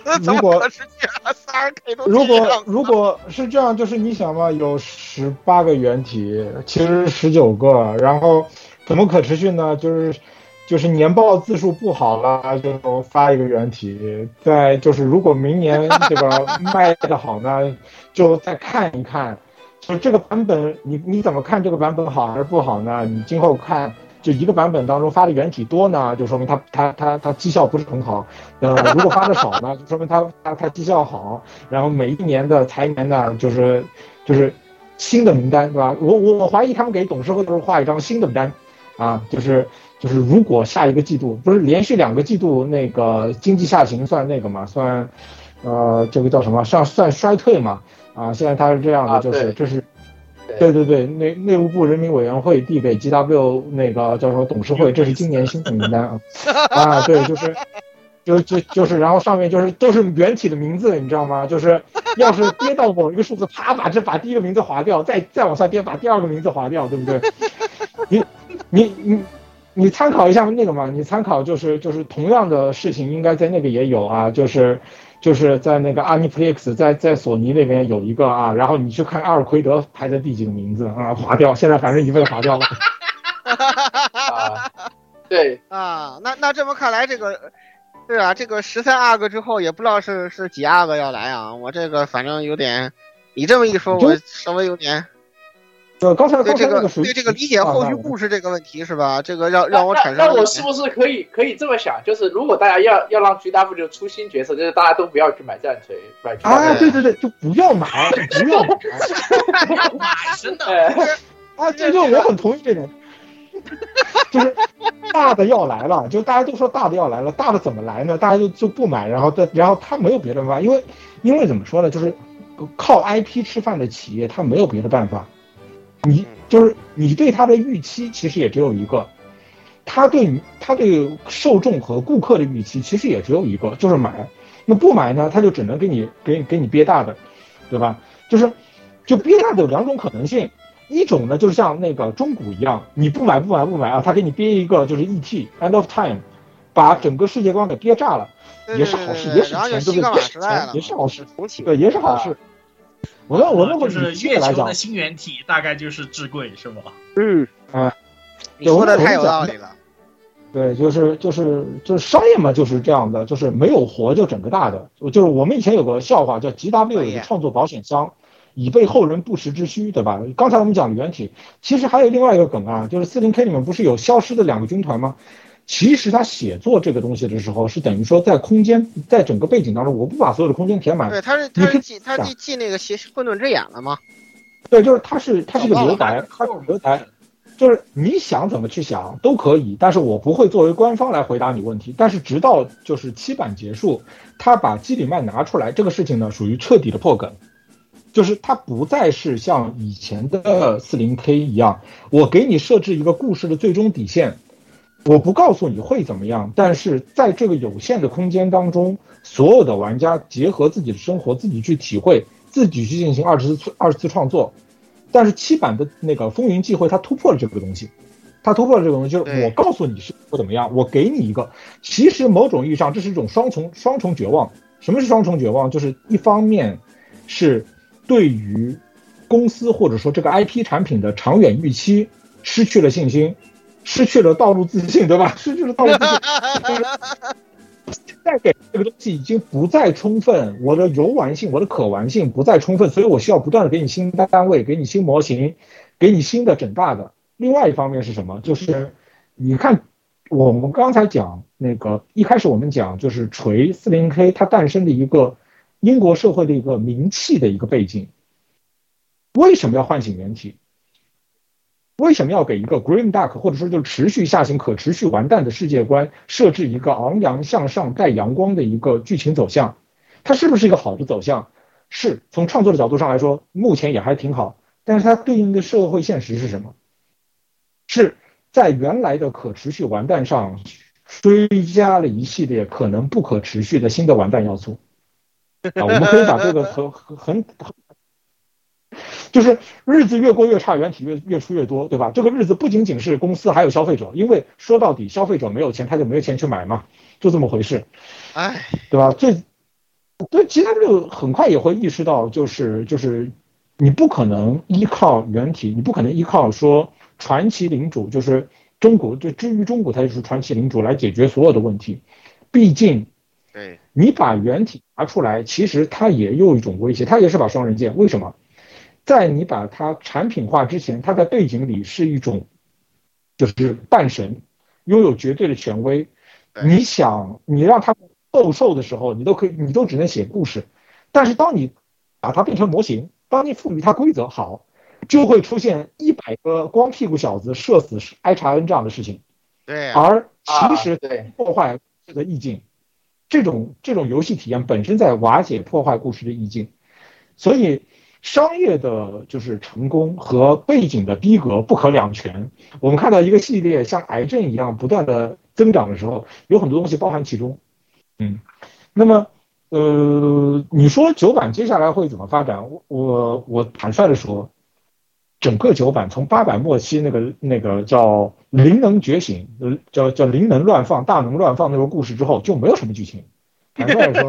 如果是这样，就是你想嘛，有18个原体，其实19个，然后怎么可持续呢？就是年报字数不好了，就发一个原体。再就是如果明年这个卖的好呢，就再看一看，就这个版本你怎么看这个版本好还是不好呢？你今后看。就一个版本当中发的原体多呢，就说明它绩效不是很好。如果发的少呢，就说明它绩效好。然后每一年的财年呢，就是新的名单，对吧？我怀疑他们给董事会都是画一张新的名单啊，就是如果下一个季度不是连续2个季度那个经济下行算那个嘛，算这个叫什么算衰退嘛啊，现在它是这样的，就是这是。对，内务部人民委员会递给 GW 那个叫什么董事会，这是今年新的名单啊，对，就是，然后上面都是原体的名字，你知道吗？就是要是跌到某一个数字，啪把第一个名字划掉，再往下跌，把第2个名字划掉，对不对？你参考一下那个嘛，你参考就是同样的事情，应该在那个也有啊，就是在那个 Aniplex 在索尼那边有一个啊，然后你去看阿尔奎德排在第几个名字啊，划掉，现在反正已经被划掉了。 对啊，那这么看来，这个是啊，这个13 ARG 之后也不知道是几 ARG 要来啊，我这个反正有点，你这么一说，我稍微有点。 刚才对这个理解后续故事这个问题是吧？这个让我产生。 那我是不是可以这么想？就是如果大家要让 GW 出新角色，就是大家都不要去买战锤， 啊，对，就不要买，不要买，真的啊，这个我很同意这点。就是大的要来了，就大家都说大的要来了，大的怎么来呢？大家就不买，然后他没有别的办法，因为怎么说呢？就是靠 IP 吃饭的企业，他没有别的办法。你对他的预期其实也只有一个，他对受众和顾客的预期其实也只有一个，就是买。那不买呢，他就只能给你憋大的，对吧？就憋大的有2种可能性，一种呢就是像那个中古一样，你不买啊，他给你憋一个就是 ET End of Time， 把整个世界观给憋炸了，也是好事，也是钱，对不对？也是好事，对，也是好事。我那么就是月球的新原体大概就是智贵是吧？ 你说的太有道理了。 对，就是商业嘛，就是这样的，就是没有活就整个大的。就是我们以前有个笑话叫 GW 有个创作保险箱，以备后人不时之需，对吧？刚才我们讲的原体，其实还有另外一个梗啊，就是 40K 里面不是有消失的2个军团吗？其实他写作这个东西的时候，是等于说在空间，在整个背景当中，我不把所有的空间填满。 对，他进那个混沌之眼了吗？ 对，就是他是个留白，就是你想怎么去想都可以，但是我不会作为官方来回答你问题。但是直到就是7版结束，他把基里曼拿出来，这个事情呢属于彻底的破梗。就是它不再是像以前的 40K 一样，我给你设置一个故事的最终底线。我不告诉你会怎么样，但是在这个有限的空间当中，所有的玩家结合自己的生活，自己去体会，自己去进行二次创作。但是7版的那个风云际会，它突破了这个东西， 它突破了这个东西，就是我告诉你是不怎么样，我给你一个。其实某种意义上，这是一种双重绝望。什么是双重绝望？就是一方面是对于公司或者说这个 IP 产品的长远预期失去了信心，失去了道路自信，对吧？失去了道路自信。再给这个东西已经不再充分，我的游玩性、我的可玩性不再充分，所以我需要不断的给你新单位、给你新模型、给你新的整大的。另外一方面是什么？就是你看，我们刚才讲那个一开始我们讲就是锤 40K 它诞生的一个英国社会的一个名气的一个背景。为什么要唤醒原体？为什么要给一个 Grim Dark 或者说就是持续下行、可持续完蛋的世界观设置一个昂扬向上、带阳光的一个剧情走向？它是不是一个好的走向？是，从创作的角度上来说，目前也还挺好。但是它对应的社会现实是什么？是在原来的可持续完蛋上追加了一系列可能不可持续的新的完蛋要素。我们可以把这个很就是日子越过越差，原体越出越多，对吧？这个日子不仅仅是公司，还有消费者，因为说到底，消费者没有钱，他就没有钱去买嘛，就这么回事，对吧？对，其他就很快也会意识到，就是你不可能依靠原体，你不可能依靠说传奇领主，就是中古，就至于中古才是传奇领主来解决所有的问题，毕竟，你把原体拿出来，其实它也有一种威胁，它也是把双刃剑，为什么？在你把它产品化之前，它在背景里是一种就是半神，拥有绝对的权威。你让它斗兽的时候，你都只能写故事。但是当你把它变成模型，当你赋予它规则，好，就会出现100个光屁股小子射死IXN这样的事情。 对， 而其实破坏这个意境，这种游戏体验本身在瓦解破坏故事的意境，所以。商业的就是成功和背景的逼格不可两全。我们看到一个系列像癌症一样不断的增长的时候，有很多东西包含其中。那么你说九版接下来会怎么发展？我坦率的说，整个九版从8版末期那个叫灵能觉醒，叫灵能乱放、大能乱放那个故事之后，就没有什么剧情。坦率的说。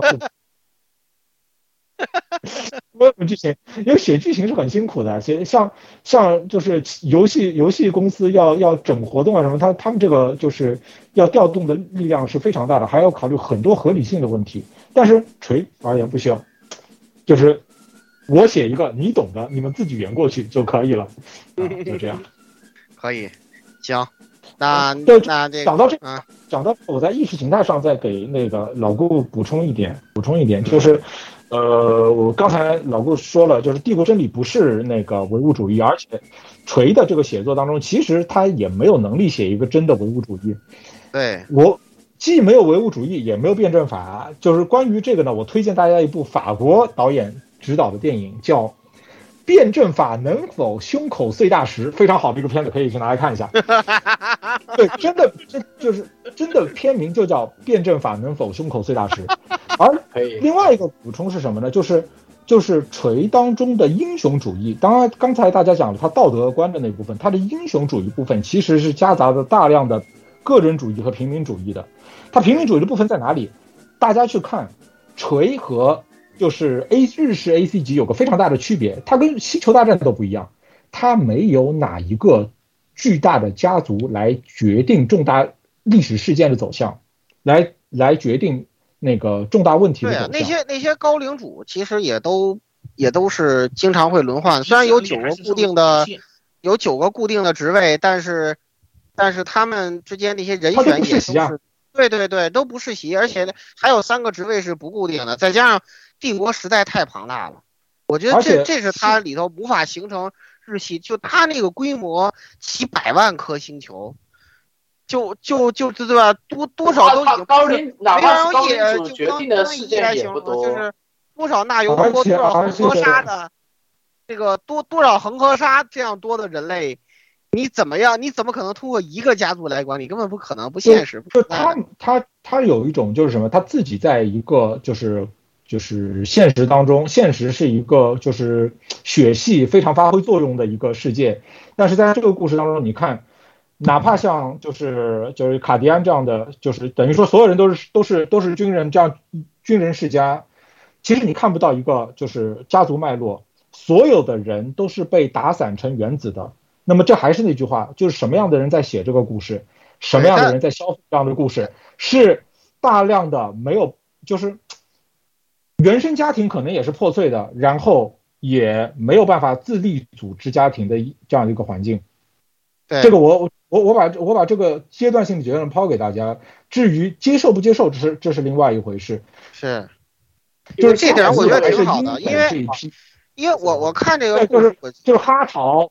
没有剧情，因为写剧情是很辛苦的，像就是游戏公司要整活动啊什么，他们这个就是要调动的力量是非常大的，还要考虑很多合理性的问题。但是锤而言不需要，就是我写一个你懂的，你们自己圆过去就可以了，就这样。 可以，行。那讲到我在意识形态上再给那个老顾补充一点，就是我刚才老顾说了，就是帝国真理不是那个唯物主义，而且锤的这个写作当中，其实他也没有能力写一个真的唯物主义。 对， 我既没有唯物主义，也没有辩证法。就是关于这个呢，我推荐大家一部法国导演执导的电影，叫辩证法能否胸口碎大石，非常好的一个片子，可以去拿来看一下。对，真的片名就叫辩证法能否胸口碎大石。而另外一个补充是什么呢？就是锤当中的英雄主义。当然，刚才大家讲了他道德观的那部分，他的英雄主义部分其实是夹杂着大量的个人主义和平民主义的。他平民主义的部分在哪里？大家去看锤和就是日式 AC 级有个非常大的区别，它跟星球大战都不一样，它没有哪一个巨大的家族来决定重大历史事件的走向，来决定那个重大问题的走向。 对啊，那些高领主其实也都是经常会轮换，虽然有9个固定的职位，但是他们之间那些人选也都是。对，都不世袭，而且还有3个职位是不固定的，再加上帝国实在太庞大了，我觉得这是它里头无法形成日系，就它那个规模几百万颗星球，就对吧？多少都已经高领，哪怕高领主决定的事件也不多， 就是多少纳油多少恒河沙的这个多少恒河沙这样多的人类。你怎么可能通过一个家族来管理？根本不可能，不现实。 就他有一种就是什么，他自己在一个就是现实当中，现实是一个就是血系非常发挥作用的一个世界，但是在这个故事当中，你看哪怕像就是卡迪安这样的，就是等于说所有人都是军人，这样军人世家，其实你看不到一个就是家族脉络，所有的人都是被打散成原子的。那么这还是那句话，就是什么样的人在写这个故事，什么样的人在消费这样的故事，是大量的没有，就是原生家庭可能也是破碎的，然后也没有办法自立组织家庭的这样一个环境。 对， 这个我把这个阶段性的结论抛给大家，至于接受不接受，这是另外一回事。 是，就是这点我觉得挺好的，因为我看这个故事就是哈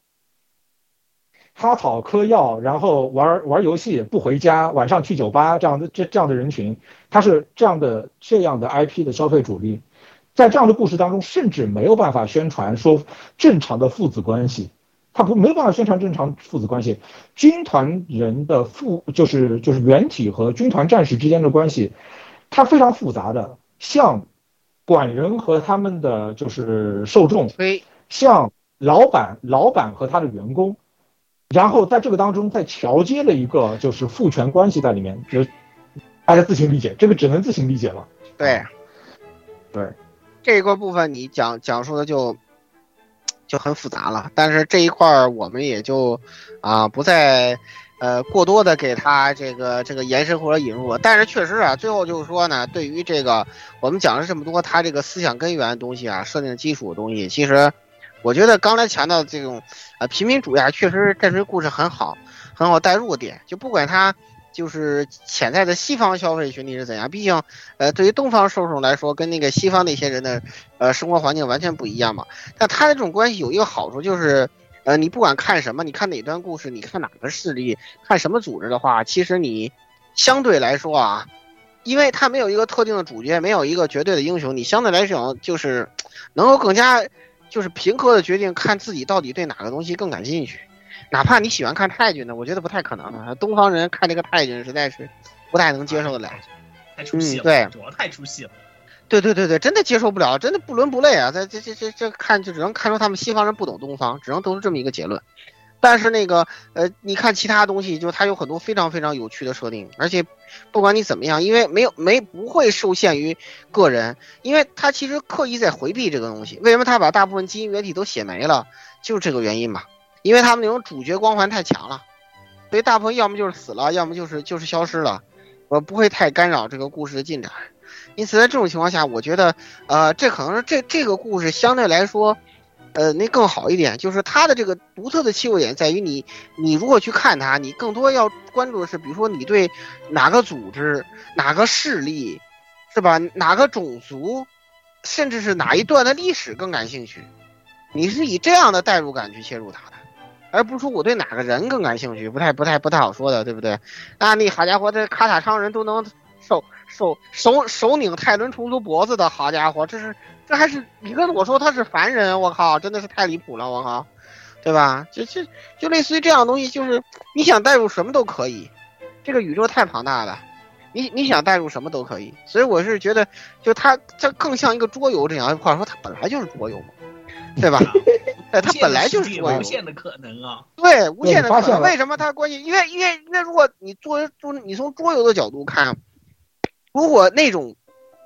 草嗑药，然后玩游戏不回家，晚上去酒吧这样的人群，他是这样的 IP 的消费主力，在这样的故事当中，甚至没有办法宣传说正常的父子关系。他没有办法宣传正常父子关系，军团人的就是原体和军团战士之间的关系，它非常复杂的，像管人和他们的就是受众，像老板和他的员工，然后在这个当中再桥接了一个就是父权关系在里面，就大家自行理解，这个只能自行理解了。 对，这个部分你讲述的就很复杂了，但是这一块我们也就不再过多的给他这个延伸或者引入了。但是确实最后就是说呢，对于这个我们讲了这么多他这个思想根源的东西设定基础的东西，其实我觉得刚才强调的这种平民主义确实战锤故事很好带入点，就不管他就是潜在的西方消费群体是怎样，毕竟对于东方受众来说跟那个西方那些人的生活环境完全不一样嘛。但他的这种关系有一个好处，就是你不管看什么，你看哪段故事，你看哪个势力，看什么组织的话，其实你相对来说因为他没有一个特定的主角，没有一个绝对的英雄，你相对来讲就是能够更加就是平和的决定看自己到底对哪个东西更感兴趣。哪怕你喜欢看太君的，我觉得不太可能的。东方人看这个太君实在是不太能接受得了， 太出戏了。 对， 主要太出戏了。 对，真的接受不了，真的不伦不类啊！这看就只能看出他们西方人不懂东方，只能得出这么一个结论。但是那个你看其他东西，就它有很多非常非常有趣的设定，而且不管你怎么样，因为不会受限于个人，因为他其实刻意在回避这个东西。为什么他把大部分基因原体都写没了？就是这个原因嘛。因为他们那种主角光环太强了，所以大部分要么就是死了，要么就是消失了，我不会太干扰这个故事的进展。因此在这种情况下，我觉得这可能是这个故事相对来说那更好一点，就是它的这个独特的切入点在于你如果去看它，你更多要关注的是比如说你对哪个组织哪个势力是吧，哪个种族甚至是哪一段的历史更感兴趣，你是以这样的代入感去切入它的，而不是说我对哪个人更感兴趣，不太好说的，对不对？那你好家伙，这卡塔昌人都能手拧泰伦虫族脖子的，好家伙，这还是你跟我说他是凡人，我靠，真的是太离谱了，我靠，对吧？就类似于这样的东西，就是你想代入什么都可以，这个宇宙太庞大了，你想代入什么都可以，所以我是觉得，就它更像一个桌游这样，或者说它本来就是桌游嘛。对吧？它本来就是无限的可能啊！ 对，无限的可能。为什么它关系？因为那如果你你从桌游的角度看，如果那种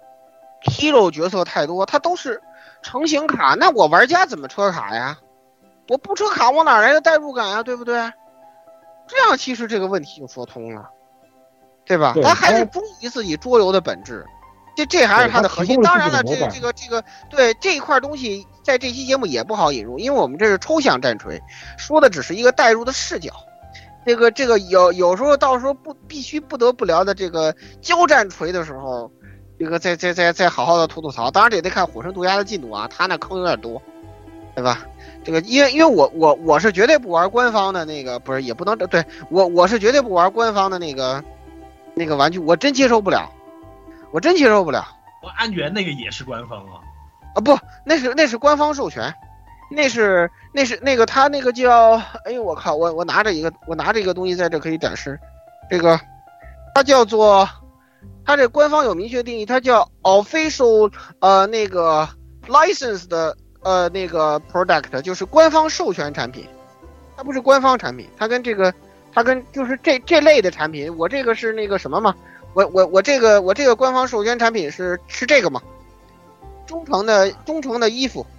hero 角色太多，它都是成型卡，那我玩家怎么车卡呀？我不车卡，我哪来的代入感啊？对不对？这样其实这个问题就说通了，对吧？它还是忠于自己桌游的本质。这还是它的核心。当然了，这个对这一块东西，在这期节目也不好引入，因为我们这是抽象战锤，说的只是一个代入的视角。这个有时候到时候必须不得不聊的这个交战锤的时候，这个再好好的吐槽。当然这也得看火神毒鸦的进度啊，他那坑有点多，对吧？这个因为我是绝对不玩官方的那个，不是也不能对我是绝对不玩官方的那个玩具，我真接受不了。我安源那个也是官方不，那是官方授权，那是那个他那个叫，哎呦我靠，我拿着一个东西在这可以展示，这个它叫做，它这官方有明确定义，它叫 official 那个 license 的那个 product， 就是官方授权产品，它不是官方产品，它跟它跟就是这类的产品，我这个是那个什么嘛？我这个官方授权产品是这个嘛？忠诚的衣服，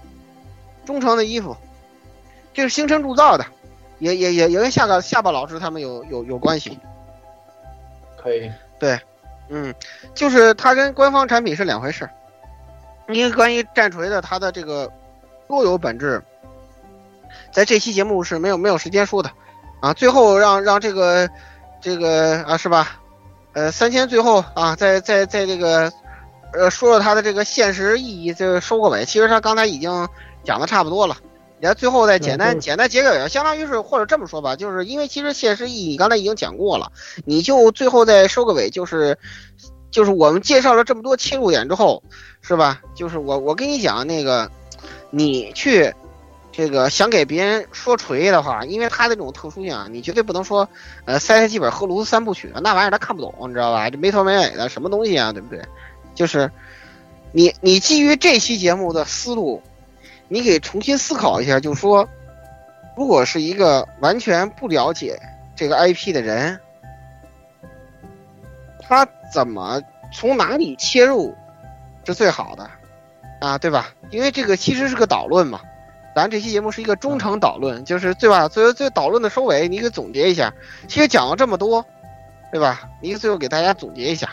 这是星辰铸造的，也跟下巴老师他们有关系。 可以， 对，就是它跟官方产品是两回事。因为关于战锤的它的这个多有本质，在这期节目是没有时间说的啊。最后让这个啊是吧？3000最后啊，在这个说了它的这个现实意义，这个收个尾。其实他刚才已经讲的差不多了，然后最后再简单结个尾，相当于是或者这么说吧，就是因为其实现实意义你刚才已经讲过了，你就最后再收个尾，就是我们介绍了这么多切入点之后，是吧？就是我跟你讲那个，你去这个想给别人说锤的话，因为他的这种特殊性啊，你绝对不能说塞他几本赫鲁斯3部曲，那玩意儿他看不懂，你知道吧？这没头没尾的什么东西啊，对不对？就是你基于这期节目的思路，你给重新思考一下，就是说，如果是一个完全不了解这个 IP 的人，他怎么从哪里切入是最好的啊，对吧？因为这个其实是个导论嘛，咱这期节目是一个忠诚导论，就是对吧？最后导论的收尾，你给总结一下。其实讲了这么多，对吧？你最后给大家总结一下。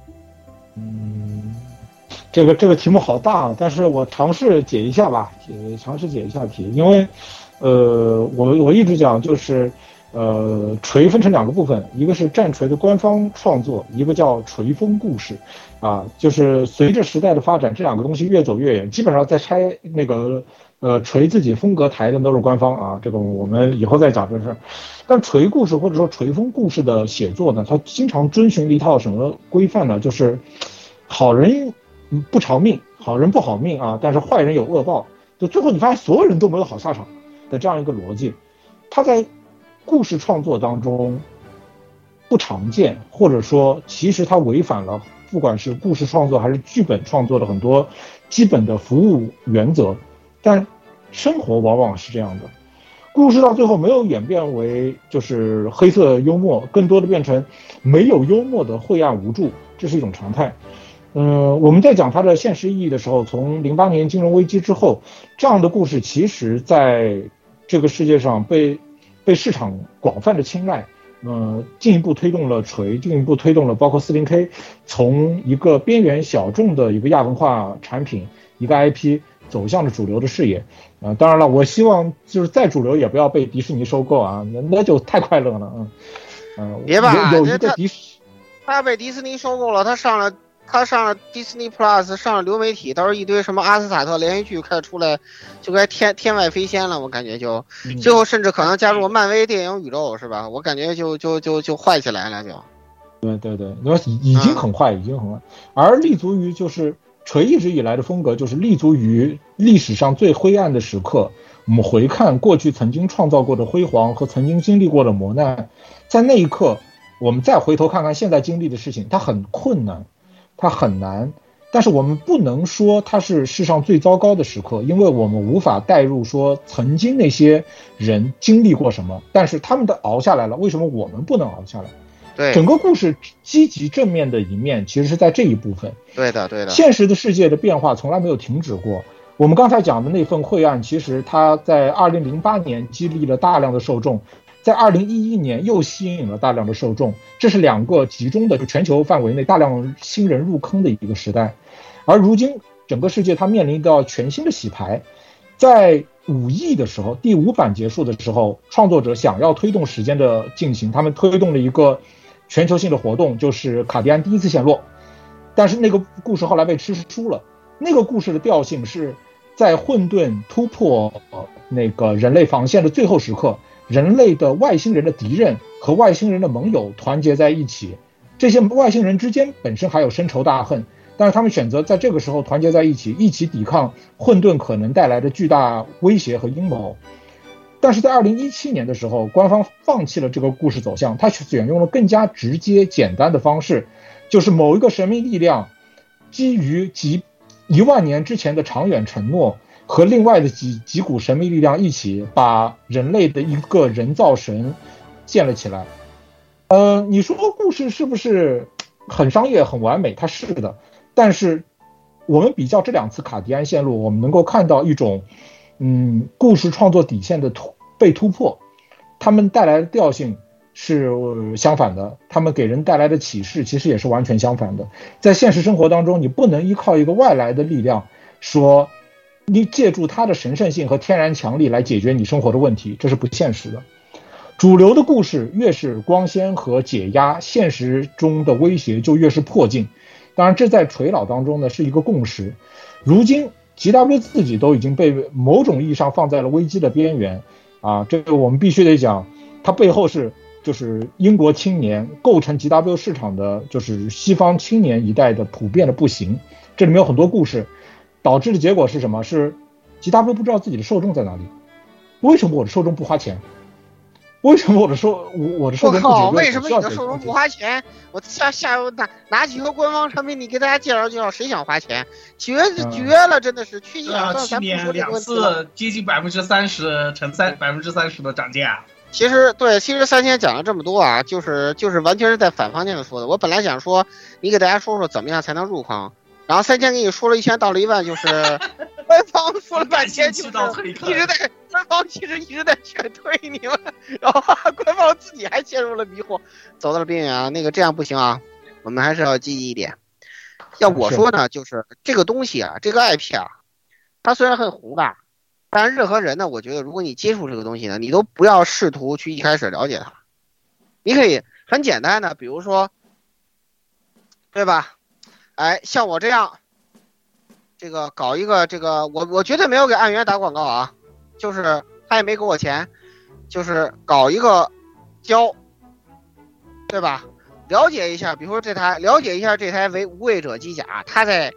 这个题目好大，但是我尝试解一下吧，尝试解一下题，因为我一直讲就是锤分成两个部分，一个是战锤的官方创作，一个叫锤风故事啊，就是随着时代的发展，这两个东西越走越远，基本上在拆那个锤自己风格台的都是官方啊，这个我们以后再讲这事。但锤故事或者说锤风故事的写作呢，它经常遵循一套什么规范呢？就是好人不偿命，好人不好命啊，但是坏人有恶报，就最后你发现所有人都没有好下场的这样一个逻辑，它在故事创作当中不常见，或者说其实它违反了不管是故事创作还是剧本创作的很多基本的服务原则，但生活往往是这样的，故事到最后没有演变为就是黑色幽默，更多的变成没有幽默的晦暗无助，这是一种常态。我们在讲它的现实意义的时候，从08年金融危机之后，这样的故事其实在这个世界上被市场广泛的青睐，进一步推动了锤，进一步推动了包括40K 从一个边缘小众的一个亚文化产品，一个 IP 走向了主流的视野。当然了，我希望就是再主流也不要被迪士尼收购啊，那就太快乐了。 别吧， 有一个他被迪士尼收购了，他上了 Disney Plus， 上了流媒体，到时候一堆什么阿斯塔特连续剧开始出来，就该天外飞仙了。我感觉就最后甚至可能加入漫威电影宇宙，是吧？我感觉就坏起来了，就。 对，那已经很坏，已经很坏。而立足于就是锤一直以来的风格，就是立足于历史上最灰暗的时刻，我们回看过去曾经创造过的辉煌和曾经经历过的磨难，在那一刻，我们再回头看看现在经历的事情，它很困难。它很难，但是我们不能说它是世上最糟糕的时刻，因为我们无法代入说曾经那些人经历过什么，但是他们都熬下来了，为什么我们不能熬下来？ 对， 整个故事积极正面的一面其实是在这一部分。 对的。 现实的世界的变化从来没有停止过。我们刚才讲的那份晦暗，其实它在2008年激励了大量的受众，在2011年又吸引了大量的受众，这是两个集中的就全球范围内大量新人入坑的一个时代。而如今整个世界它面临一个全新的洗牌，在5亿的时候，第5版结束的时候，创作者想要推动时间的进行，他们推动了一个全球性的活动，就是卡迪安第一次陷落，但是那个故事后来被吃书了。那个故事的调性是在混沌突破那个人类防线的最后时刻，人类的外星人的敌人和外星人的盟友团结在一起，这些外星人之间本身还有深仇大恨，但是他们选择在这个时候团结在一起，一起抵抗混沌可能带来的巨大威胁和阴谋。但是在2017年的时候，官方放弃了这个故事走向，他选用了更加直接简单的方式，就是某一个神秘力量基于几1万年之前的长远承诺和另外的几股神秘力量一起，把人类的一个人造神建了起来。你说故事是不是很商业很完美？它是的，但是我们比较这2次卡迪安线路，我们能够看到一种故事创作底线的被突破，他们带来的调性是相反的，他们给人带来的启示其实也是完全相反的。在现实生活当中，你不能依靠一个外来的力量，说你借助它的神圣性和天然强力来解决你生活的问题，这是不现实的。主流的故事越是光鲜和解压，现实中的威胁就越是迫近。当然这在垂老当中呢是一个共识。如今 GW 自己都已经被某种意义上放在了危机的边缘啊，这个我们必须得讲，它背后是就是英国青年构成 GW 市场的就是西方青年一代的普遍的不行。这里面有很多故事导致的结果是什么？是 GW 不知道自己的受众在哪里。为什么我的受众不花钱？为什么我的受众不解决？ 为什么你的受众不花钱？我下拿几个官方产品，你给大家介绍介绍，谁想花钱？绝了，真的是去年 2次接近30%乘30%的涨价。 其实3天讲了这么多啊，就是完全是在反方向的说的。我本来想说，你给大家说说怎么样才能入坑，然后3天给你说了1000到了1万，就是官方说了半天，就是一直在官方其实一直在劝退你们，然后官方自己还陷入了迷惑，走到了边缘啊。那个这样不行啊，我们还是要积极一点。要我说呢，就是这个东西啊，这个 IP 啊，它虽然很宏大，但是任何人呢，我觉得如果你接触这个东西呢，你都不要试图去一开始了解它。你可以很简单的，比如说，对吧？哎，像我这样，这个搞一个这个，我绝对没有给岸源打广告啊，就是他也没给我钱，就是搞一个教，对吧？了解一下，比如说了解一下这台无畏者机甲，它在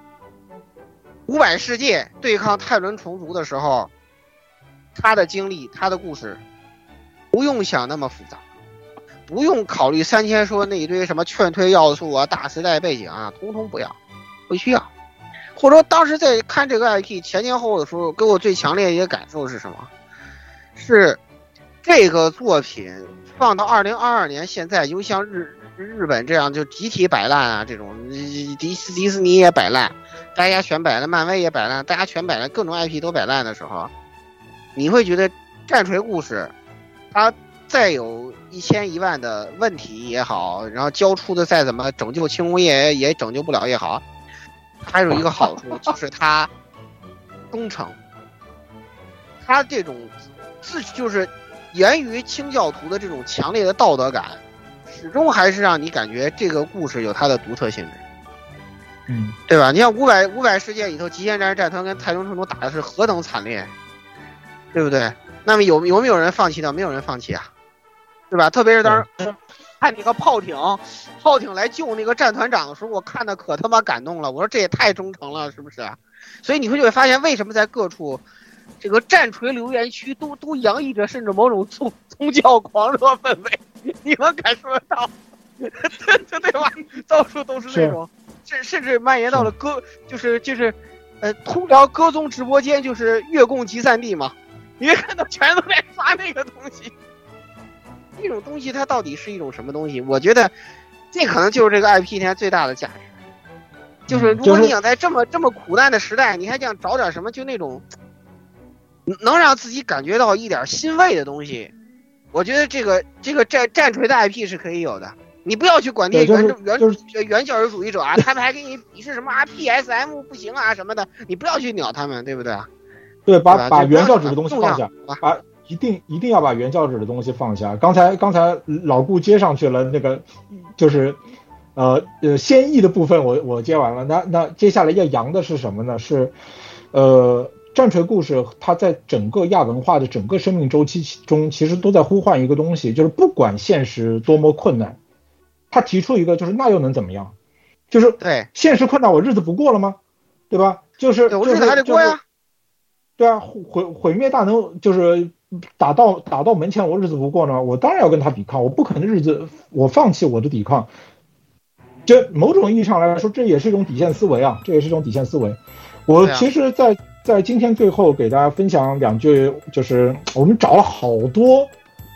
500世界对抗泰伦虫族的时候，他的经历，他的故事，不用想那么复杂，不用考虑3000说那一堆什么劝退要素啊、大时代背景啊，通通不要，不需要。或者说当时在看这个 IP 前后的时候，给我最强烈的一个感受是什么？是这个作品放到2022年现在，尤其像日本这样就集体摆烂啊，这种迪士尼也摆烂，大家全摆烂，漫威也摆烂，大家全摆烂，各种 IP 都摆烂的时候，你会觉得战锤故事它再有1000、1万的问题也好，然后交出的再怎么拯救轻工业也拯救不了也好，还有一个好处就是它忠诚，它这种就是源于清教徒的这种强烈的道德感，始终还是让你感觉这个故事有它的独特性质。对吧？你像500世界里头，极限战士战团跟泰伦虫族打的是何等惨烈，对不对？那么有没有人放弃掉？没有人放弃啊，对吧？特别是当时看那个炮艇来救那个战团长的时候，我看的可他妈感动了。我说这也太忠诚了，是不是？所以你会发现，为什么在各处这个战锤留言区都洋溢着甚至某种宗教狂热氛围，你们感受得到，对吧？到处都是那种。甚至蔓延到了通辽歌宗直播间，就是月供集散地嘛，你会看到全都在刷那个东西。那种东西它到底是一种什么东西？我觉得这可能就是这个 IP 现在最大的价值，就是如果你想在这么苦难的时代，你还想找点什么就那种能让自己感觉到一点欣慰的东西，我觉得这个战锤的 IP 是可以有的。你不要去管那原教育主义者啊，他们还给你鄙视什么PSM 不行啊什么的，你不要去鸟他们，对不对？ 对，把原教旨的东西放下，一定要把原教旨的东西放下。刚才老顾接上去了，那个就是先抑的部分我接完了，那接下来要扬的是什么呢？是战锤故事它在整个亚文化的整个生命周期中，其实都在呼唤一个东西，就是不管现实多么困难。他提出一个，就是那又能怎么样？就是对现实困难，我日子不过了吗？对吧？就是我日子还得过呀。 对啊，毁灭大能就是打到门前，我日子不过呢，我当然要跟他抵抗，我不可能日子我放弃我的抵抗。这某种意义上来说，这也是一种底线思维啊，这也是一种底线思维。我其实在今天最后给大家分享2句，就是我们找了好多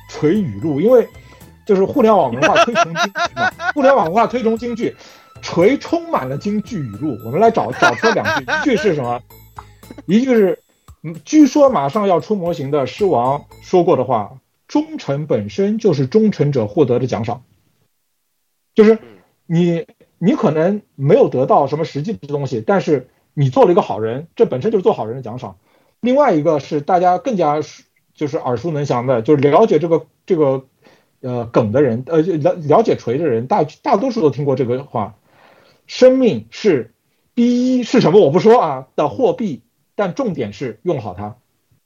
锤语录，因为就是互联网文化推崇京剧嘛，互联网文化推崇京剧，锤充满了京剧语录。我们来找出2句，一句是什么？一句是，据说马上要出模型的狮王说过的话：忠诚本身就是忠诚者获得的奖赏。就是你可能没有得到什么实际的东西，但是你做了一个好人，这本身就是做好人的奖赏。另外一个是大家更加就是耳熟能详的，就是了解这个梗的人，了解锤的人，大多数都听过这个话。生命是 B1 是什么我不说啊的货币，但重点是用好它。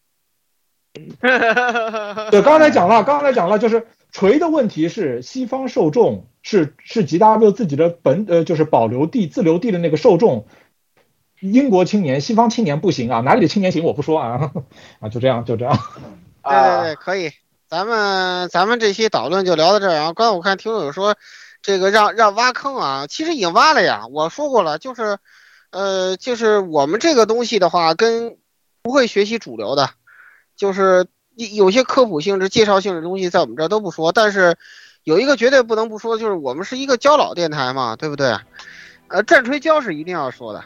对，刚才讲了，就是锤的问题是西方受众是 GW 自己的就是保留地自留地的那个受众。英国青年、西方青年不行啊，哪里的青年行我不说啊，就这样。对， 可以，咱们这期讨论就聊到这儿啊。刚才我看听众有说，这个让挖坑啊，其实已经挖了呀。我说过了，就是我们这个东西的话，跟不会学习主流的，就是有些科普性质、介绍性质的东西在我们这儿都不说，但是有一个绝对不能不说，就是我们是一个教老电台嘛，对不对？战锤教是一定要说的。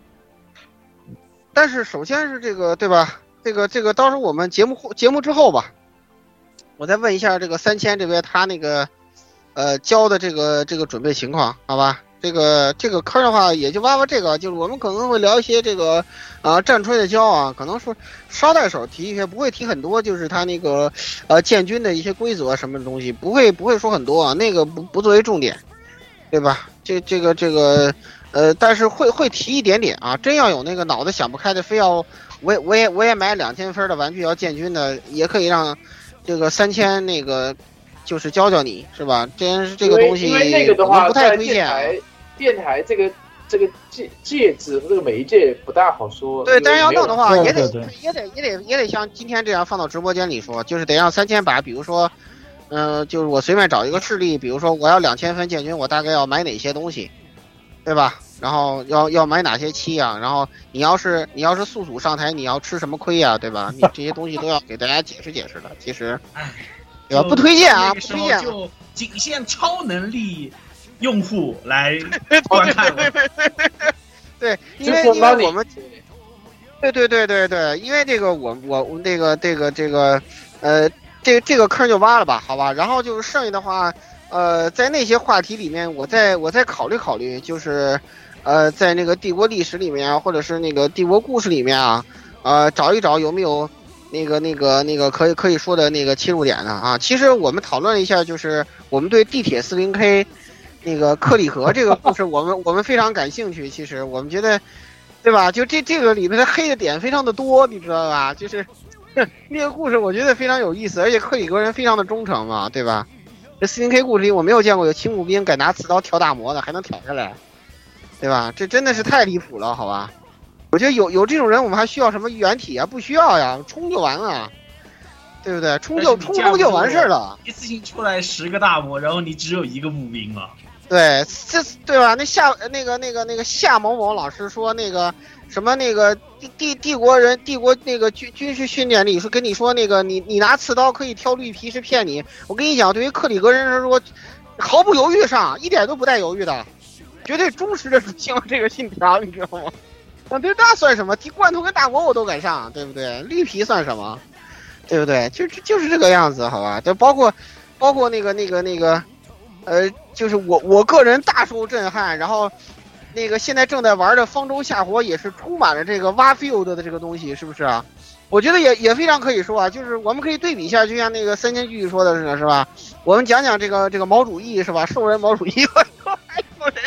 但是首先是这个对吧？这个到时候我们节目之后吧，我再问一下这个3000这边他那个教的这个准备情况，好吧？这个坑的话也就挖这个，就是我们可能会聊一些这个战锤的教啊，可能说捎带手提一些，不会提很多，就是他那个建军的一些规则什么的东西，不会说很多啊，那个不作为重点，对吧？这个。但是会提一点点啊，真要有那个脑子想不开的，非要我也买2000分的玩具要建军的，也可以让这个3000那个就是教你是吧？这个东西因为那个的话， 不太推荐电台这个介质和这个媒介不大好说。 对，但是要弄的话，也得像今天这样放到直播间里说，就是得让3000把，比如说，就是我随便找一个事例，比如说我要2000分建军，我大概要买哪些东西，对吧？然后要买哪些漆啊？然后你要是宿主上台，你要吃什么亏啊？对吧？你这些东西都要给大家解释解释的。其实，对吧？不推荐啊，不推荐。 就仅限超能力用户来观看了。 对，因为我们，对，因为这个我这个坑就挖了吧，好吧。然后就是剩下的话，在那些话题里面，我再考虑，就是。在那个帝国历史里面啊，或者是那个帝国故事里面啊，找一找有没有那个可以说的那个切入点呢啊？其实我们讨论了一下，就是我们对地铁40K 那个克里河这个故事，我们非常感兴趣。其实我们觉得，对吧？就这个里面的黑的点非常的多，你知道吧？就是那个故事，我觉得非常有意思，而且克里格人非常的忠诚嘛，对吧？这40K 故事里我没有见过有轻步兵敢拿刺刀挑大魔的，还能挑下来。对吧？这真的是太离谱了，好吧？我觉得有这种人，我们还需要什么预言体啊？不需要呀，冲就完了，对不对？冲就完事了。 一次性出来10个大魔，然后你只有1个步兵了。 对，对吧？那夏某某老师说那个什么那个帝国那个军事训练里说跟你说那个你拿刺刀可以挑绿皮是骗你。我跟你讲，对于克里格人来说，毫不犹豫上，一点都不带犹豫的。绝对忠实的执行了这个信条，你知道吗？对，那算什么？提罐头跟大魔我都敢上，对不对？绿皮算什么？对不对？就是这个样子，好吧？就包括那个，就是我个人大受震撼。然后，那个现在正在玩的方舟夏活也是充满了这个挖 field 的这个东西，是不是啊？我觉得也非常可以说啊，就是我们可以对比一下，就像那个3000继续说的是吧？我们讲讲这个毛主义是吧？兽人毛主义，还有人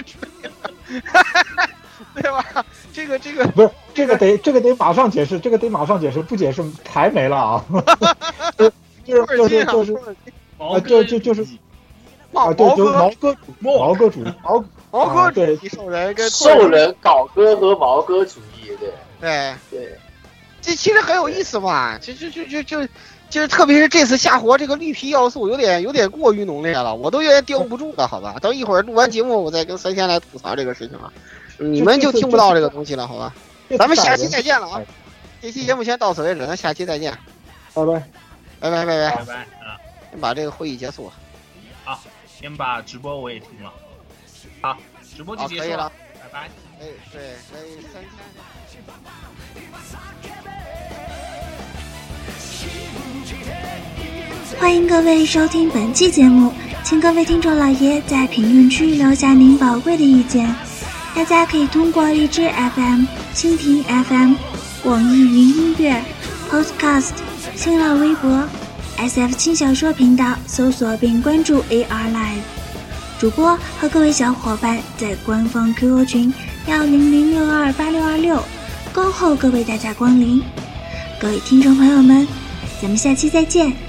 对吧？这个不是这个得马上解释，不解释台没了啊！就是毛歌主义兽人搞歌和毛歌主义， 对，这其实很有意思嘛，就是特别是这次夏活这个绿皮要素有点过于浓烈了，我都有点叼不住了，好吧？到一会儿录完节目，我再跟3000来吐槽这个事情了，你们就听不到这个东西了，好吧？咱们下期再见了啊！这期节目先到此为止，咱下期再见， 拜拜。 拜拜啊！ 先把这个会议结束。 好，先把直播我也停了。好，直播就结束了， 拜拜。 哎，对，哎，3000。 欢迎各位收听本期节目，请各位听众老爷在评论区留下您宝贵的意见。大家可以通过荔枝 FM、蜻蜓 FM、网易云音乐、Podcast、新浪微博、SF 轻小说频道搜索并关注 AR Live。主播和各位小伙伴在官方 QQ 群100628626，恭候各位大驾光临。各位听众朋友们，咱们下期再见。